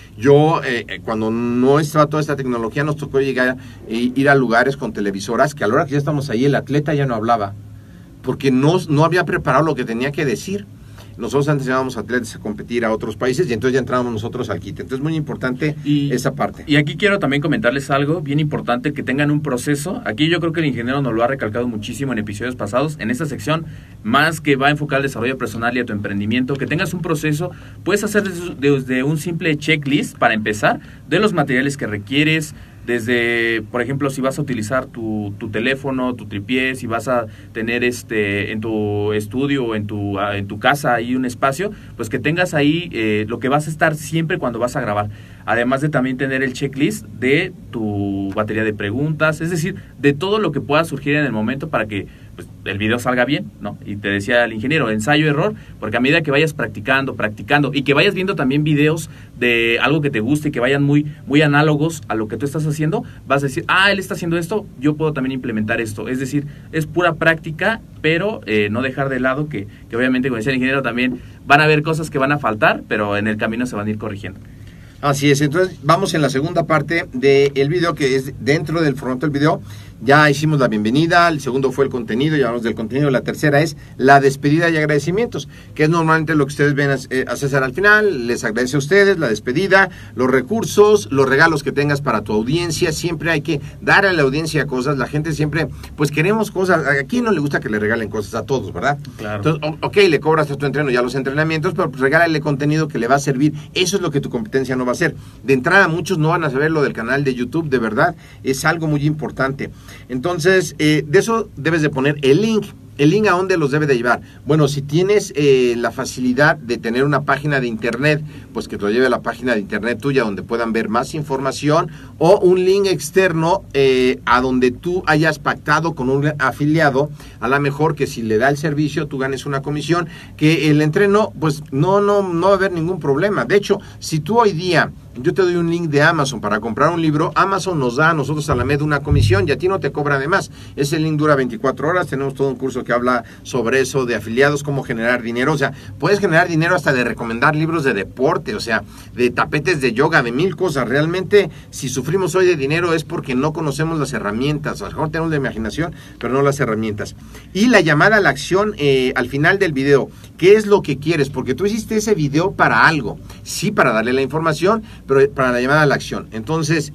Yo, cuando no estaba toda esta tecnología, nos tocó llegar ir a lugares con televisoras, que a la hora que ya estamos ahí, el atleta ya no hablaba, porque no había preparado lo que tenía que decir. Nosotros antes llevábamos atletas a competir a otros países y entonces ya entrábamos nosotros al quite. Entonces es muy importante esa parte. Y aquí quiero también comentarles algo bien importante, que tengan un proceso. Aquí yo creo que el ingeniero nos lo ha recalcado muchísimo en episodios pasados. En esta sección, más que va a enfocar al desarrollo personal y a tu emprendimiento, que tengas un proceso. Puedes hacer desde un simple checklist para empezar, de los materiales que requieres, desde, por ejemplo, si vas a utilizar tu teléfono, tu tripié, si vas a tener en tu estudio o en tu casa ahí un espacio, pues que tengas ahí lo que vas a estar siempre cuando vas a grabar. Además de también tener el checklist de tu batería de preguntas, es decir, de todo lo que pueda surgir en el momento para que pues, el video salga bien, ¿no? Y te decía el ingeniero, ensayo-error, porque a medida que vayas practicando y que vayas viendo también videos de algo que te guste y que vayan muy, muy análogos a lo que tú estás haciendo, vas a decir, él está haciendo esto, yo puedo también implementar esto. Es decir, es pura práctica, pero no dejar de lado que obviamente, como decía el ingeniero, también van a haber cosas que van a faltar, pero en el camino se van a ir corrigiendo. Así es, entonces vamos en la segunda parte del video, que es dentro del formato del video. Ya hicimos la bienvenida, el segundo fue el contenido, ya hablamos del contenido, la tercera es la despedida y agradecimientos, que es normalmente lo que ustedes ven a César al final. Les agradece a ustedes, la despedida, los recursos, los regalos que tengas para tu audiencia. Siempre hay que dar a la audiencia cosas, la gente siempre, pues queremos cosas. ¿A quién no le gusta que le regalen cosas? A todos, ¿verdad? Claro. Entonces, ok, le cobras a tu entreno ya los entrenamientos, pero pues regálale contenido que le va a servir. Eso es lo que tu competencia no va a hacer. De entrada, muchos no van a saber lo del canal de YouTube, de verdad, es algo muy importante. Entonces, de eso debes de poner el link. ¿El link a dónde los debe de llevar? Bueno, si tienes la facilidad de tener una página de internet, pues que te lo lleve a la página de internet tuya donde puedan ver más información, o un link externo a donde tú hayas pactado con un afiliado, a lo mejor que si le da el servicio tú ganes una comisión, que el entreno pues no va a haber ningún problema. De hecho, si tú hoy día, yo te doy un link de Amazon para comprar un libro, Amazon nos da a nosotros a la MED una comisión y a ti no te cobra de más. Ese link dura 24 horas, tenemos todo un curso que habla sobre eso, de afiliados, cómo generar dinero. O sea, puedes generar dinero hasta de recomendar libros de deporte, o sea, de tapetes de yoga, de 1000 cosas. Realmente, si sufrimos hoy de dinero es porque no conocemos las herramientas. A lo mejor tenemos la imaginación, pero no las herramientas. Y la llamada a la acción al final del video. ¿Qué es lo que quieres? Porque tú hiciste ese video para algo. Sí, para darle la información, pero para la llamada a la acción. Entonces,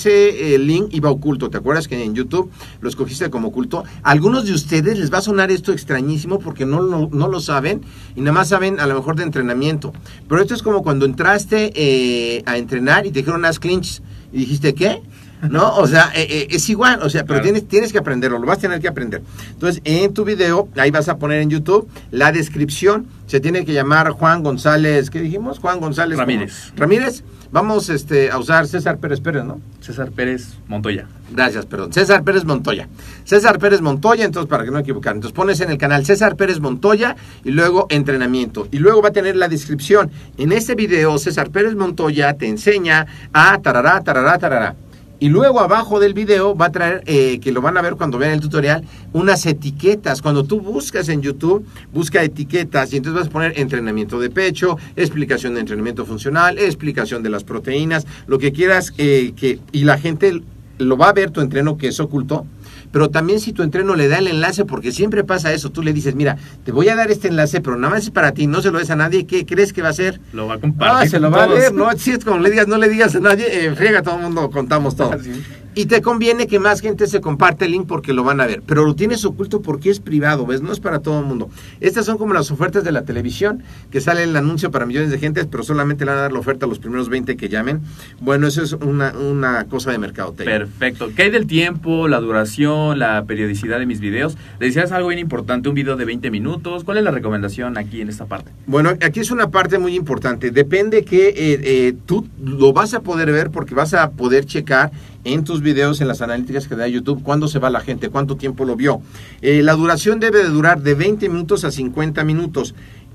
ese link iba oculto. ¿Te acuerdas que en YouTube lo escogiste como oculto? A algunos de ustedes les va a sonar esto extrañísimo porque no lo saben y nada más saben a lo mejor de entrenamiento. Pero esto es como cuando entraste a entrenar y te dijeron haz clinch y dijiste ¿qué? ¿No? O sea, es igual, o sea, pero claro, tienes que aprenderlo, lo vas a tener que aprender. Entonces, en tu video, ahí vas a poner en YouTube la descripción, se tiene que llamar Juan González, ¿qué dijimos? Juan González Ramírez. Vamos a usar César Pérez, ¿no? César Pérez Montoya. Gracias, perdón. César Pérez Montoya. César Pérez Montoya, entonces para que no equivocar. Entonces pones en el canal César Pérez Montoya y luego entrenamiento. Y luego va a tener la descripción. En este video, César Pérez Montoya te enseña a tarará. Y luego abajo del video va a traer, que lo van a ver cuando vean el tutorial, unas etiquetas. Cuando tú buscas en YouTube, busca etiquetas y entonces vas a poner entrenamiento de pecho, explicación de entrenamiento funcional, explicación de las proteínas, lo que quieras, y la gente lo va a ver tu entreno que es oculto, pero también si tu entreno le da el enlace, porque siempre pasa eso, tú le dices, mira, te voy a dar este enlace, pero nada más es para ti, no se lo des a nadie, ¿qué crees que va a hacer? Lo va a compartir. Se lo va a ver, no, si es como le digas, no le digas a nadie, friega, todo el mundo contamos todo. Sí. Y te conviene que más gente se comparte el link porque lo van a ver, pero lo tienes oculto porque es privado, ¿ves? No es para todo el mundo. Estas son como las ofertas de la televisión, que sale el anuncio para millones de gente, pero solamente le van a dar la oferta a los primeros 20 que llamen. Bueno, eso es una cosa de mercadotecnia. Perfecto. ¿Qué hay del tiempo, la duración, la periodicidad de mis videos? Le decías algo bien importante, un video de 20 minutos. ¿Cuál es la recomendación aquí en esta parte? Bueno, aquí es una parte muy importante. Depende que tú lo vas a poder ver porque vas a poder checar en tus videos, en las analíticas que da YouTube, cuándo se va la gente, cuánto tiempo lo vio. La duración debe de durar de 20 minutos a 50 minutos.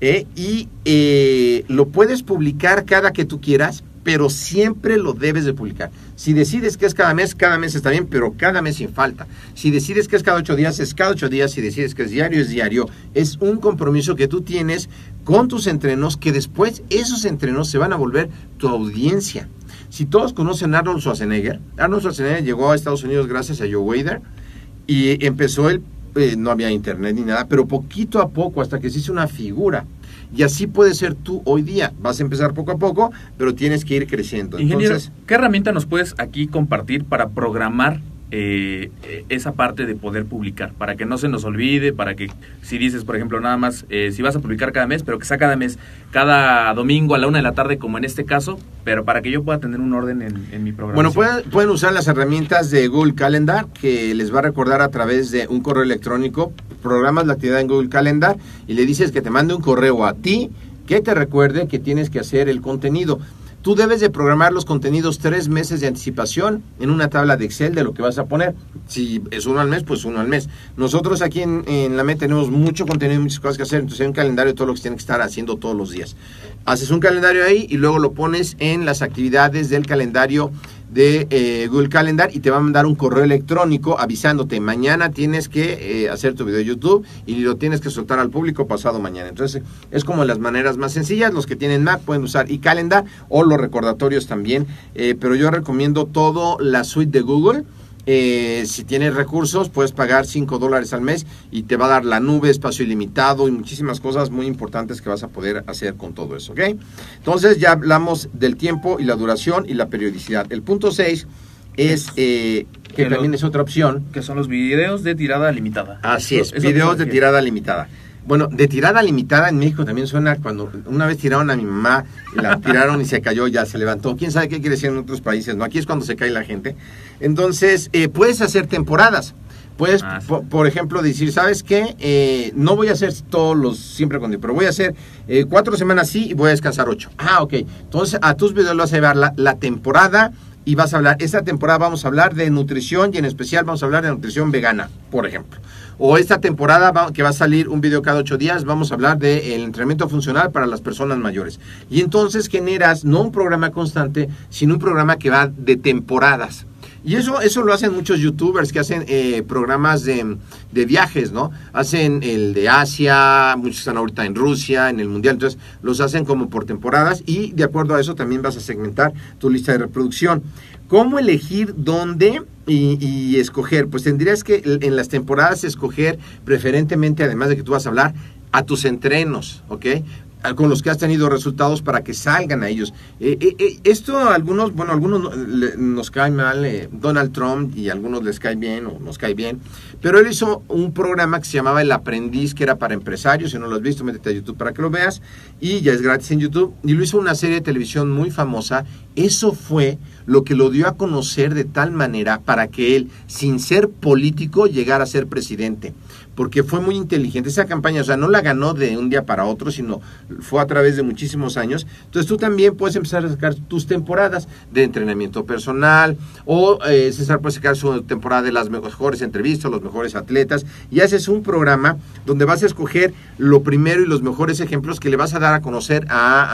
Y lo puedes publicar cada que tú quieras, pero siempre lo debes de publicar. Si decides que es cada mes está bien, pero cada mes sin falta. Si decides que es cada 8 días, es cada 8 días. Si decides que es diario. Es un compromiso que tú tienes con tus entrenos, que después esos entrenos se van a volver tu audiencia. Si todos conocen a Arnold Schwarzenegger llegó a Estados Unidos gracias a Joe Weider y empezó no había internet ni nada, pero poquito a poco hasta que se hizo una figura. Y así puede ser tú hoy día. Vas a empezar poco a poco, pero tienes que ir creciendo. Ingeniero, Entonces, ¿qué herramienta nos puedes aquí compartir para programar esa parte de poder publicar? Para que no se nos olvide, para que si dices, por ejemplo, nada más, si vas a publicar cada mes, pero que sea cada mes, cada domingo a la 1 de la tarde, como en este caso, pero para que yo pueda tener un orden en mi programación. Bueno, pueden usar las herramientas de Google Calendar, que les va a recordar a través de un correo electrónico. Programas la actividad en Google Calendar y le dices que te mande un correo a ti que te recuerde que tienes que hacer el contenido. Tú debes de programar los contenidos 3 meses de anticipación en una tabla de Excel de lo que vas a poner. Si es 1 al mes, pues 1 al mes. Nosotros aquí en la MED tenemos mucho contenido y muchas cosas que hacer, entonces hay un calendario de todo lo que se tiene que estar haciendo todos los días. Haces un calendario ahí y luego lo pones en las actividades del calendario de Google Calendar y te va a mandar un correo electrónico avisándote, mañana tienes que hacer tu video de YouTube y lo tienes que soltar al público pasado mañana. Entonces es como las maneras más sencillas. Los que tienen Mac pueden usar iCalendar o los recordatorios también, pero yo recomiendo todo la suite de Google. Si tienes recursos puedes pagar $5 al mes y te va a dar la nube, espacio ilimitado y muchísimas cosas muy importantes que vas a poder hacer con todo eso, ¿ok? Entonces ya hablamos del tiempo y la duración y la periodicidad. El punto 6 es que también es otra opción, que son los videos de tirada limitada. Así es, videos de tirada limitada. Bueno, de tirada limitada en México también suena cuando una vez tiraron a mi mamá, la tiraron y se cayó, ya se levantó. ¿Quién sabe qué quiere decir en otros países? No, aquí es cuando se cae la gente. Entonces, puedes hacer temporadas. Puedes, por ejemplo, decir, ¿sabes qué? No voy a hacer siempre contigo, pero voy a hacer 4 semanas sí y voy a descansar 8. Ok. Entonces, a tus videos lo vas a llevar la temporada y vas a hablar, esta temporada vamos a hablar de nutrición y en especial vamos a hablar de nutrición vegana, por ejemplo. O esta temporada que va a salir un video cada 8 días, vamos a hablar del entrenamiento funcional para las personas mayores. Y entonces generas no un programa constante, sino un programa que va de temporadas. Y eso lo hacen muchos youtubers que hacen programas de viajes, ¿no? Hacen el de Asia, muchos están ahorita en Rusia, en el Mundial, entonces los hacen como por temporadas y de acuerdo a eso también vas a segmentar tu lista de reproducción. ¿Cómo elegir dónde y escoger? Pues tendrías que en las temporadas escoger preferentemente, además de que tú vas a hablar, a tus entrenos, ¿ok? Con los que has tenido resultados para que salgan a ellos. Esto a algunos nos cae mal, Donald Trump, y a algunos les cae bien o nos cae bien, pero él hizo un programa que se llamaba El Aprendiz, que era para empresarios. Si no lo has visto, métete a YouTube para que lo veas, y ya es gratis en YouTube, y lo hizo una serie de televisión muy famosa. Eso fue lo que lo dio a conocer de tal manera para que él, sin ser político, llegara a ser presidente. Porque fue muy inteligente esa campaña, o sea, no la ganó de un día para otro, sino fue a través de muchísimos años. Entonces tú también puedes empezar a sacar tus temporadas de entrenamiento personal, o César puede sacar su temporada de las mejores entrevistas, los mejores atletas, y haces un programa donde vas a escoger lo primero y los mejores ejemplos que le vas a dar a conocer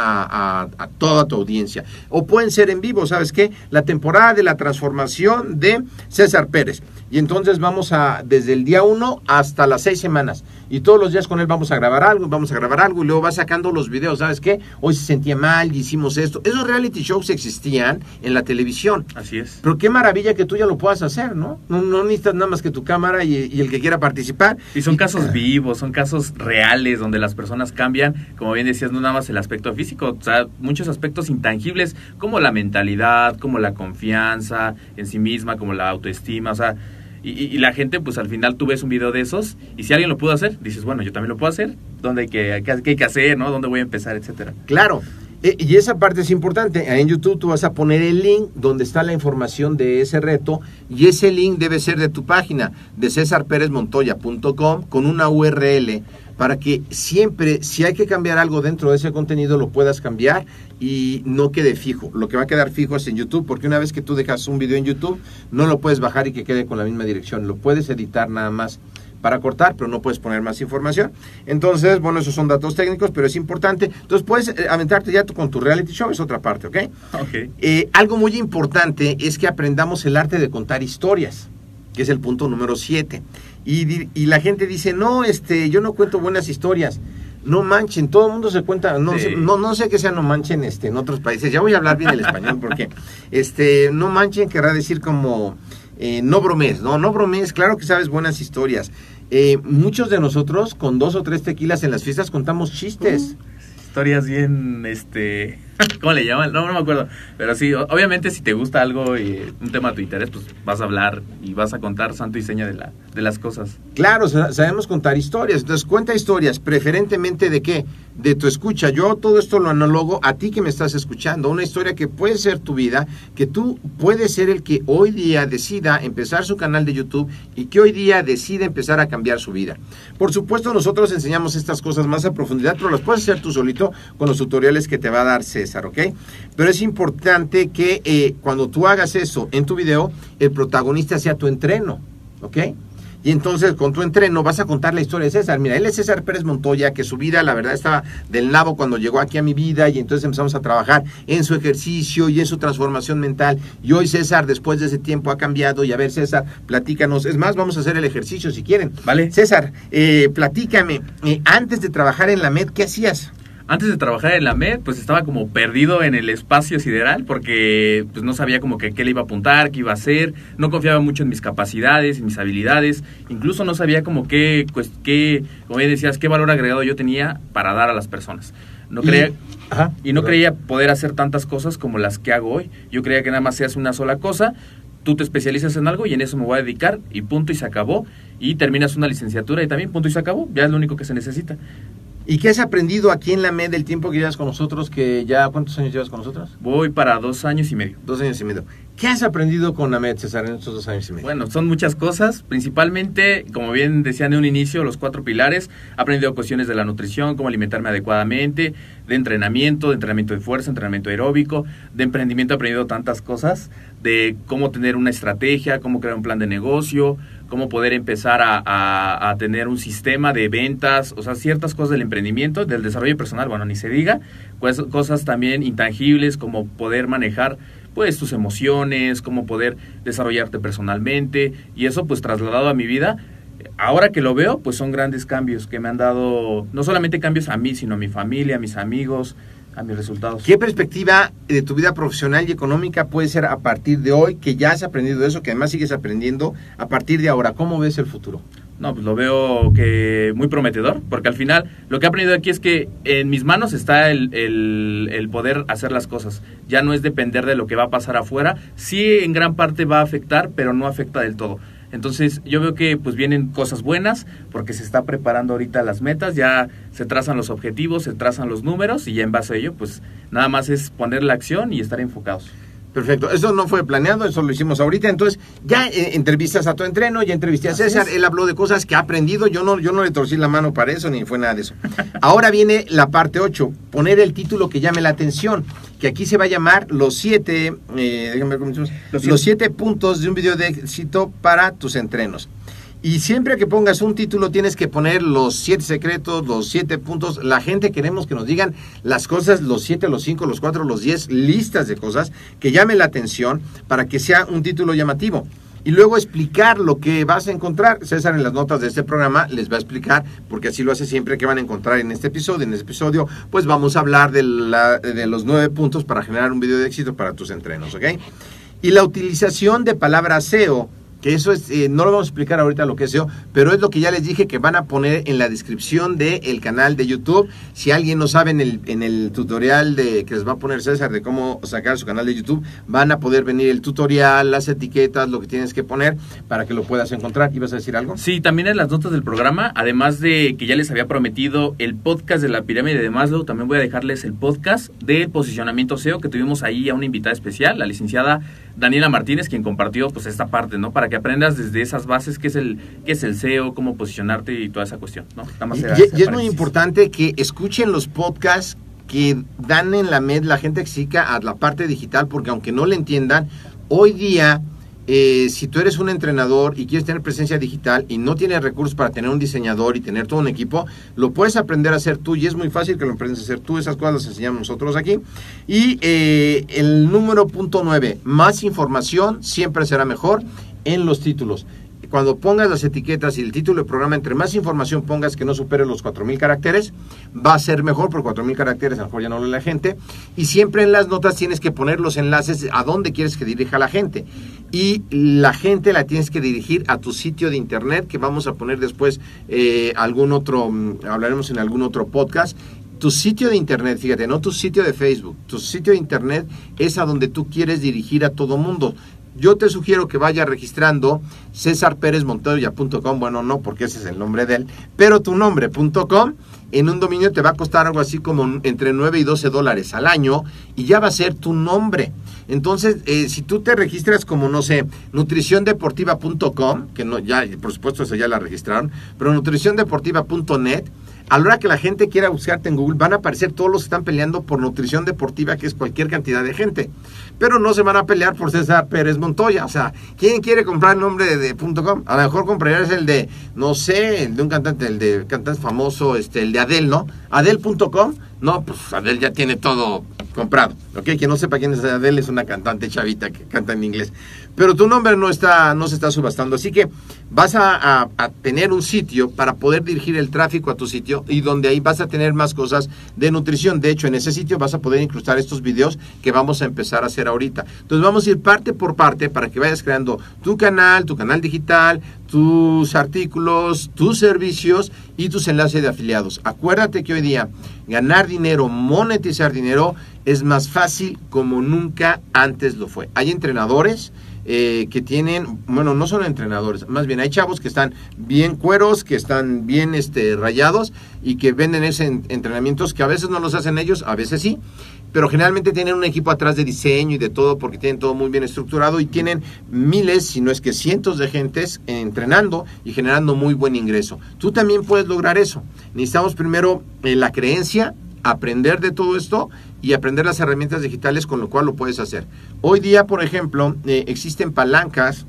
a toda tu audiencia. O pueden ser en vivo, ¿sabes qué? La temporada de la transformación de César Pérez. Y entonces vamos desde el día 1 hasta las 6 semanas. Y todos los días con él vamos a grabar algo, y luego va sacando los videos. ¿Sabes qué? Hoy se sentía mal y hicimos esto. Esos reality shows existían en la televisión. Así es. Pero qué maravilla que tú ya lo puedas hacer, ¿no? No necesitas nada más que tu cámara y el que quiera participar. Y son casos vivos, son casos reales, donde las personas cambian, como bien decías, no nada más el aspecto físico, o sea, muchos aspectos intangibles, como la mentalidad, como la confianza en sí misma, como la autoestima, o sea, y la gente, pues al final tú ves un video de esos, y si alguien lo pudo hacer, dices, bueno, yo también lo puedo hacer, ¿dónde qué hay que hacer, ¿no? ¿Dónde voy a empezar, etcétera? Claro. Y esa parte es importante. En YouTube tú vas a poner el link donde está la información de ese reto, y ese link debe ser de tu página, de cesarperezmontoya.com, con una URL, para que siempre, si hay que cambiar algo dentro de ese contenido, lo puedas cambiar y no quede fijo. Lo que va a quedar fijo es en YouTube, porque una vez que tú dejas un video en YouTube, no lo puedes bajar y que quede con la misma dirección. Lo puedes editar nada más para cortar, pero no puedes poner más información. Entonces, bueno, esos son datos técnicos, pero es importante. Entonces, puedes aventarte ya con tu reality show, es otra parte, ¿ok? Ok. Algo muy importante es que aprendamos el arte de contar historias, que es el punto número 7. Y la gente dice, no, yo no cuento buenas historias. No manchen, todo el mundo se cuenta, no sé qué sea no manchen en otros países. Ya voy a hablar bien el español porque no manchen querrá decir como no bromees, no bromees, claro que sabes buenas historias. Muchos de nosotros con 2 o 3 tequilas en las fiestas contamos chistes. Historias bien, ¿cómo le llaman? No me acuerdo, pero sí, obviamente si te gusta algo y un tema de tu interés, pues vas a hablar y vas a contar santo y seña de las cosas. Claro, sabemos contar historias, entonces cuenta historias, preferentemente ¿de qué? De tu escucha. Yo todo esto lo analogo a ti que me estás escuchando, una historia que puede ser tu vida, que tú puedes ser el que hoy día decida empezar su canal de YouTube y que hoy día decida empezar a cambiar su vida. Por supuesto, nosotros enseñamos estas cosas más a profundidad, pero las puedes hacer tú solito con los tutoriales que te va a dar César, ¿ok? Pero es importante que cuando tú hagas eso en tu video, el protagonista sea tu entreno, ¿ok? Y entonces con tu entreno vas a contar la historia de César. Mira, él es César Pérez Montoya, que su vida la verdad estaba del nabo cuando llegó aquí a mi vida, y entonces empezamos a trabajar en su ejercicio y en su transformación mental, y hoy César después de ese tiempo ha cambiado. Y a ver, César, platícanos, es más, vamos a hacer el ejercicio si quieren. Vale. César, platícame, antes de trabajar en la MED, ¿qué hacías? Antes de trabajar en la MED, pues estaba como perdido en el espacio sideral, porque pues no sabía como que qué le iba a apuntar, qué iba a hacer, no confiaba mucho en mis capacidades, en mis habilidades, incluso no sabía como qué como bien decías, qué valor agregado yo tenía para dar a las personas. No creía, creía poder hacer tantas cosas como las que hago hoy. Yo creía que nada más se hace una sola cosa, tú te especializas en algo y en eso me voy a dedicar y punto y se acabó, y terminas una licenciatura y también punto y se acabó, ya es lo único que se necesita. ¿Y qué has aprendido aquí en la MED del tiempo que llevas con nosotros? Que ya, ¿cuántos años llevas con nosotros? Voy para 2 años y medio. 2 años y medio. ¿Qué has aprendido con la MED, César, en estos 2 años y medio? Bueno, son muchas cosas, principalmente, como bien decían de un inicio, los 4 pilares. He aprendido cuestiones de la nutrición, cómo alimentarme adecuadamente, de entrenamiento de fuerza, entrenamiento aeróbico, de emprendimiento he aprendido tantas cosas, de cómo tener una estrategia, cómo crear un plan de negocio, cómo poder empezar a tener un sistema de ventas, o sea, ciertas cosas del emprendimiento, del desarrollo personal, bueno, ni se diga, pues, cosas también intangibles como poder manejar pues tus emociones, cómo poder desarrollarte personalmente, y eso pues trasladado a mi vida, ahora que lo veo, pues son grandes cambios que me han dado, no solamente cambios a mí, sino a mi familia, a mis amigos, a mis resultados. ¿Qué perspectiva de tu vida profesional y económica puede ser a partir de hoy, que ya has aprendido eso, que además sigues aprendiendo a partir de ahora? ¿Cómo ves el futuro? No, pues lo veo que muy prometedor, porque al final lo que he aprendido aquí es que en mis manos está el poder hacer las cosas. Ya no es depender de lo que va a pasar afuera. Sí, en gran parte va a afectar, pero no afecta del todo. Entonces yo veo que pues vienen cosas buenas, porque se está preparando ahorita las metas, ya se trazan los objetivos, se trazan los números, y ya en base a ello pues nada más es poner la acción y estar enfocados. Perfecto, eso no fue planeado, eso lo hicimos ahorita. Entonces ya entrevistas a tu entreno, ya entrevisté a César, él habló de cosas que ha aprendido, yo no le torcí la mano para eso, ni fue nada de eso. Ahora viene la parte 8, poner el título que llame la atención, que aquí se va a llamar los 7 puntos de un video de éxito para tus entrenos. Y siempre que pongas un título tienes que poner los 7 secretos, los 7 puntos. La gente queremos que nos digan las cosas, los 7, los 5, los 4, los 10, listas de cosas que llamen la atención para que sea un título llamativo. y luego explicar lo que vas a encontrar. César en las notas de este programa les va a explicar, porque así lo hace siempre, que van a encontrar en este episodio. En este episodio pues vamos a hablar de los 9 puntos para generar un video de éxito para tus entrenos, ¿ok? Y la utilización de palabras SEO, que eso es, no lo vamos a explicar ahorita lo que es SEO, pero es lo que ya les dije que van a poner en la descripción del canal de YouTube. Si alguien no sabe en el tutorial que les va a poner César de cómo sacar su canal de YouTube, van a poder venir el tutorial, las etiquetas, lo que tienes que poner para que lo puedas encontrar. ¿Ibas a decir algo? Sí, también en las notas del programa, además de que ya les había prometido el podcast de la pirámide de Maslow, también voy a dejarles el podcast del posicionamiento SEO, que tuvimos ahí a una invitada especial, la licenciada Daniela Martínez, quien compartió pues esta parte, ¿no? Para que aprendas desde esas bases qué es el SEO, cómo posicionarte y toda esa cuestión, ¿no? Y es muy importante que escuchen los podcasts que dan en la MED la gente que se dedica a la parte digital, porque aunque no le entiendan, hoy día si tú eres un entrenador y quieres tener presencia digital y no tienes recursos para tener un diseñador y tener todo un equipo, lo puedes aprender a hacer tú, y es muy fácil que lo aprendas a hacer tú. Esas cosas las enseñamos nosotros aquí. Y el número punto 9, más información siempre será mejor en los títulos. Cuando pongas las etiquetas y el título del programa, entre más información pongas que no supere los 4,000 caracteres, va a ser mejor, por 4,000 caracteres a lo mejor ya no lo lee la gente. Y siempre en las notas tienes que poner los enlaces a dónde quieres que dirija la gente. Y la gente la tienes que dirigir a tu sitio de internet, que vamos a poner después hablaremos en algún otro podcast. Tu sitio de internet, fíjate, no tu sitio de Facebook, tu sitio de internet es a donde tú quieres dirigir a todo mundo. Yo te sugiero que vayas registrando cesarperezmontoya.com, bueno, no, porque ese es el nombre de él, pero tu nombre.com. En un dominio te va a costar algo así como entre 9 y 12 dólares al año, y ya va a ser tu nombre. Entonces, si tú te registras como, no sé, nutriciondeportiva.com, que no, ya, por supuesto, eso ya la registraron, pero nutriciondeportiva.net, a la hora que la gente quiera buscarte en Google, van a aparecer todos los que están peleando por nutrición deportiva, que es cualquier cantidad de gente. Pero no se van a pelear por César Pérez Montoya. O sea, ¿quién quiere comprar el nombre de .com? A lo mejor comprarías el de, no sé, el de un cantante, el de cantante famoso, el de Adele, ¿no? Adele.com. No, pues Adele ya tiene todo comprado, ¿ok? Quien no sepa quién es Adele, es una cantante chavita que canta en inglés. Pero tu nombre no se está subastando, así que vas a tener un sitio para poder dirigir el tráfico a tu sitio, y donde ahí vas a tener más cosas de nutrición. De hecho, en ese sitio vas a poder incrustar estos videos que vamos a empezar a hacer ahorita. Entonces vamos a ir parte por parte para que vayas creando tu canal digital, tus artículos, tus servicios y tus enlaces de afiliados. Acuérdate que hoy día ganar dinero, monetizar dinero es más fácil como nunca antes lo fue. Hay entrenadores que tienen, bueno, no son entrenadores, más bien hay chavos que están bien cueros, que están bien rayados, y que venden ese entrenamientos que a veces no los hacen ellos, a veces sí, pero generalmente tienen un equipo atrás de diseño y de todo, porque tienen todo muy bien estructurado y tienen miles, si no es que cientos de gentes entrenando y generando muy buen ingreso. Tú también puedes lograr eso. Necesitamos primero la creencia, aprender de todo esto y aprender las herramientas digitales con lo cual lo puedes hacer. Hoy día, por ejemplo, existen palancas.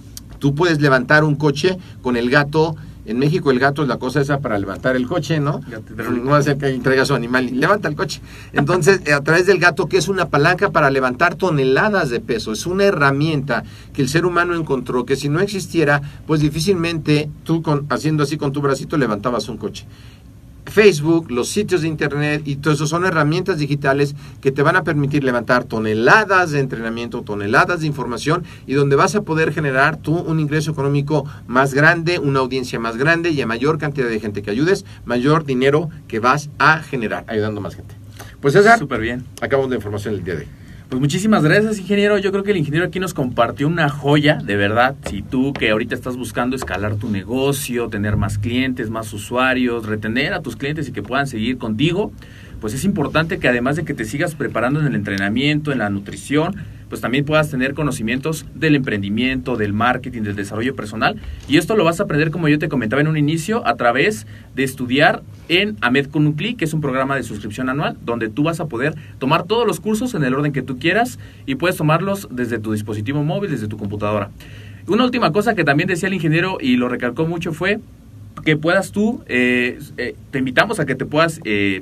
Tú puedes levantar un coche con el gato. En México el gato es la cosa esa para levantar el coche, ¿no? No va a ser que entrega su animal y levanta el coche. Entonces, a través del gato, que es una palanca para levantar toneladas de peso, es una herramienta que el ser humano encontró, que si no existiera, pues difícilmente tú haciendo así con tu bracito levantabas un coche. Facebook, los sitios de internet y todo eso son herramientas digitales que te van a permitir levantar toneladas de entrenamiento, toneladas de información, y donde vas a poder generar tú un ingreso económico más grande, una audiencia más grande, y a mayor cantidad de gente que ayudes, mayor dinero que vas a generar ayudando a más gente. Pues César, súper bien. Acabamos la información el día de hoy. Pues muchísimas gracias, ingeniero. Yo creo que el ingeniero aquí nos compartió una joya, de verdad. Si tú que ahorita estás buscando escalar tu negocio, tener más clientes, más usuarios, retener a tus clientes y que puedan seguir contigo, pues es importante que además de que te sigas preparando en el entrenamiento, en la nutrición, pues también puedas tener conocimientos del emprendimiento, del marketing, del desarrollo personal. Y esto lo vas a aprender, como yo te comentaba en un inicio, a través de estudiar en AMED con un clic, que es un programa de suscripción anual, donde tú vas a poder tomar todos los cursos en el orden que tú quieras y puedes tomarlos desde tu dispositivo móvil, desde tu computadora. Una última cosa que también decía el ingeniero y lo recalcó mucho fue que puedas tú, te invitamos a que te puedas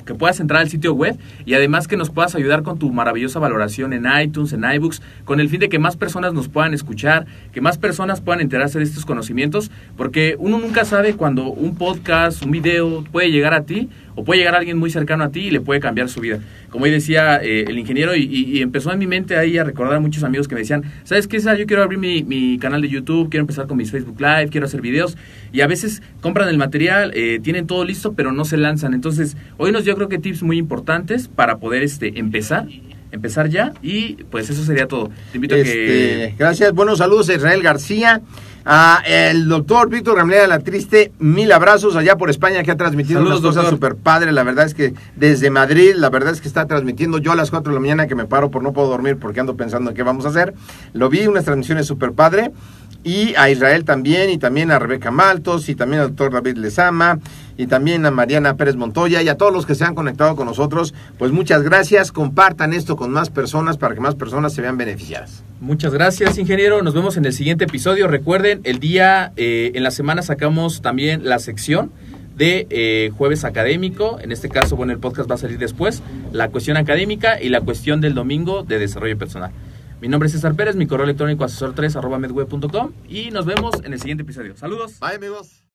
que puedas entrar al sitio web y además que nos puedas ayudar con tu maravillosa valoración en iTunes, en iBooks, con el fin de que más personas nos puedan escuchar, que más personas puedan enterarse de estos conocimientos, porque uno nunca sabe cuando un podcast, un video puede llegar a ti o puede llegar a alguien muy cercano a ti y le puede cambiar su vida. Como ahí decía el ingeniero, y empezó en mi mente ahí a recordar a muchos amigos que me decían, ¿sabes qué, César? Yo quiero abrir mi canal de YouTube, quiero empezar con mis Facebook Live, quiero hacer videos, y a veces compran el material, tienen todo listo, pero no se lanzan. Entonces, hoy nos dio creo que tips muy importantes para poder empezar ya, y pues eso sería todo. Te invito a que... Gracias, buenos saludos a Israel García, a el doctor Víctor Ramírez La Triste, 1000 abrazos allá por España, que ha transmitido Saludos, unas cosas doctor. súper padres. La verdad es que desde Madrid, la verdad es que está transmitiendo. Yo a las 4 de la mañana que me paro no puedo dormir porque ando pensando en qué vamos a hacer. Lo vi, unas transmisiones súper padre. Y a Israel también, y también a Rebeca Maltos, y también al doctor David Lezama, y también a Mariana Pérez Montoya, y a todos los que se han conectado con nosotros. Pues muchas gracias, compartan esto con más personas para que más personas se vean beneficiadas. Muchas gracias, ingeniero. Nos vemos en el siguiente episodio. Recuerden, el día, en la semana sacamos también la sección de jueves académico. En este caso, bueno, el podcast va a salir después. La cuestión académica y la cuestión del domingo de desarrollo personal. Mi nombre es César Pérez, mi correo electrónico asesor3@medweb.com y nos vemos en el siguiente episodio. Saludos. Bye, amigos.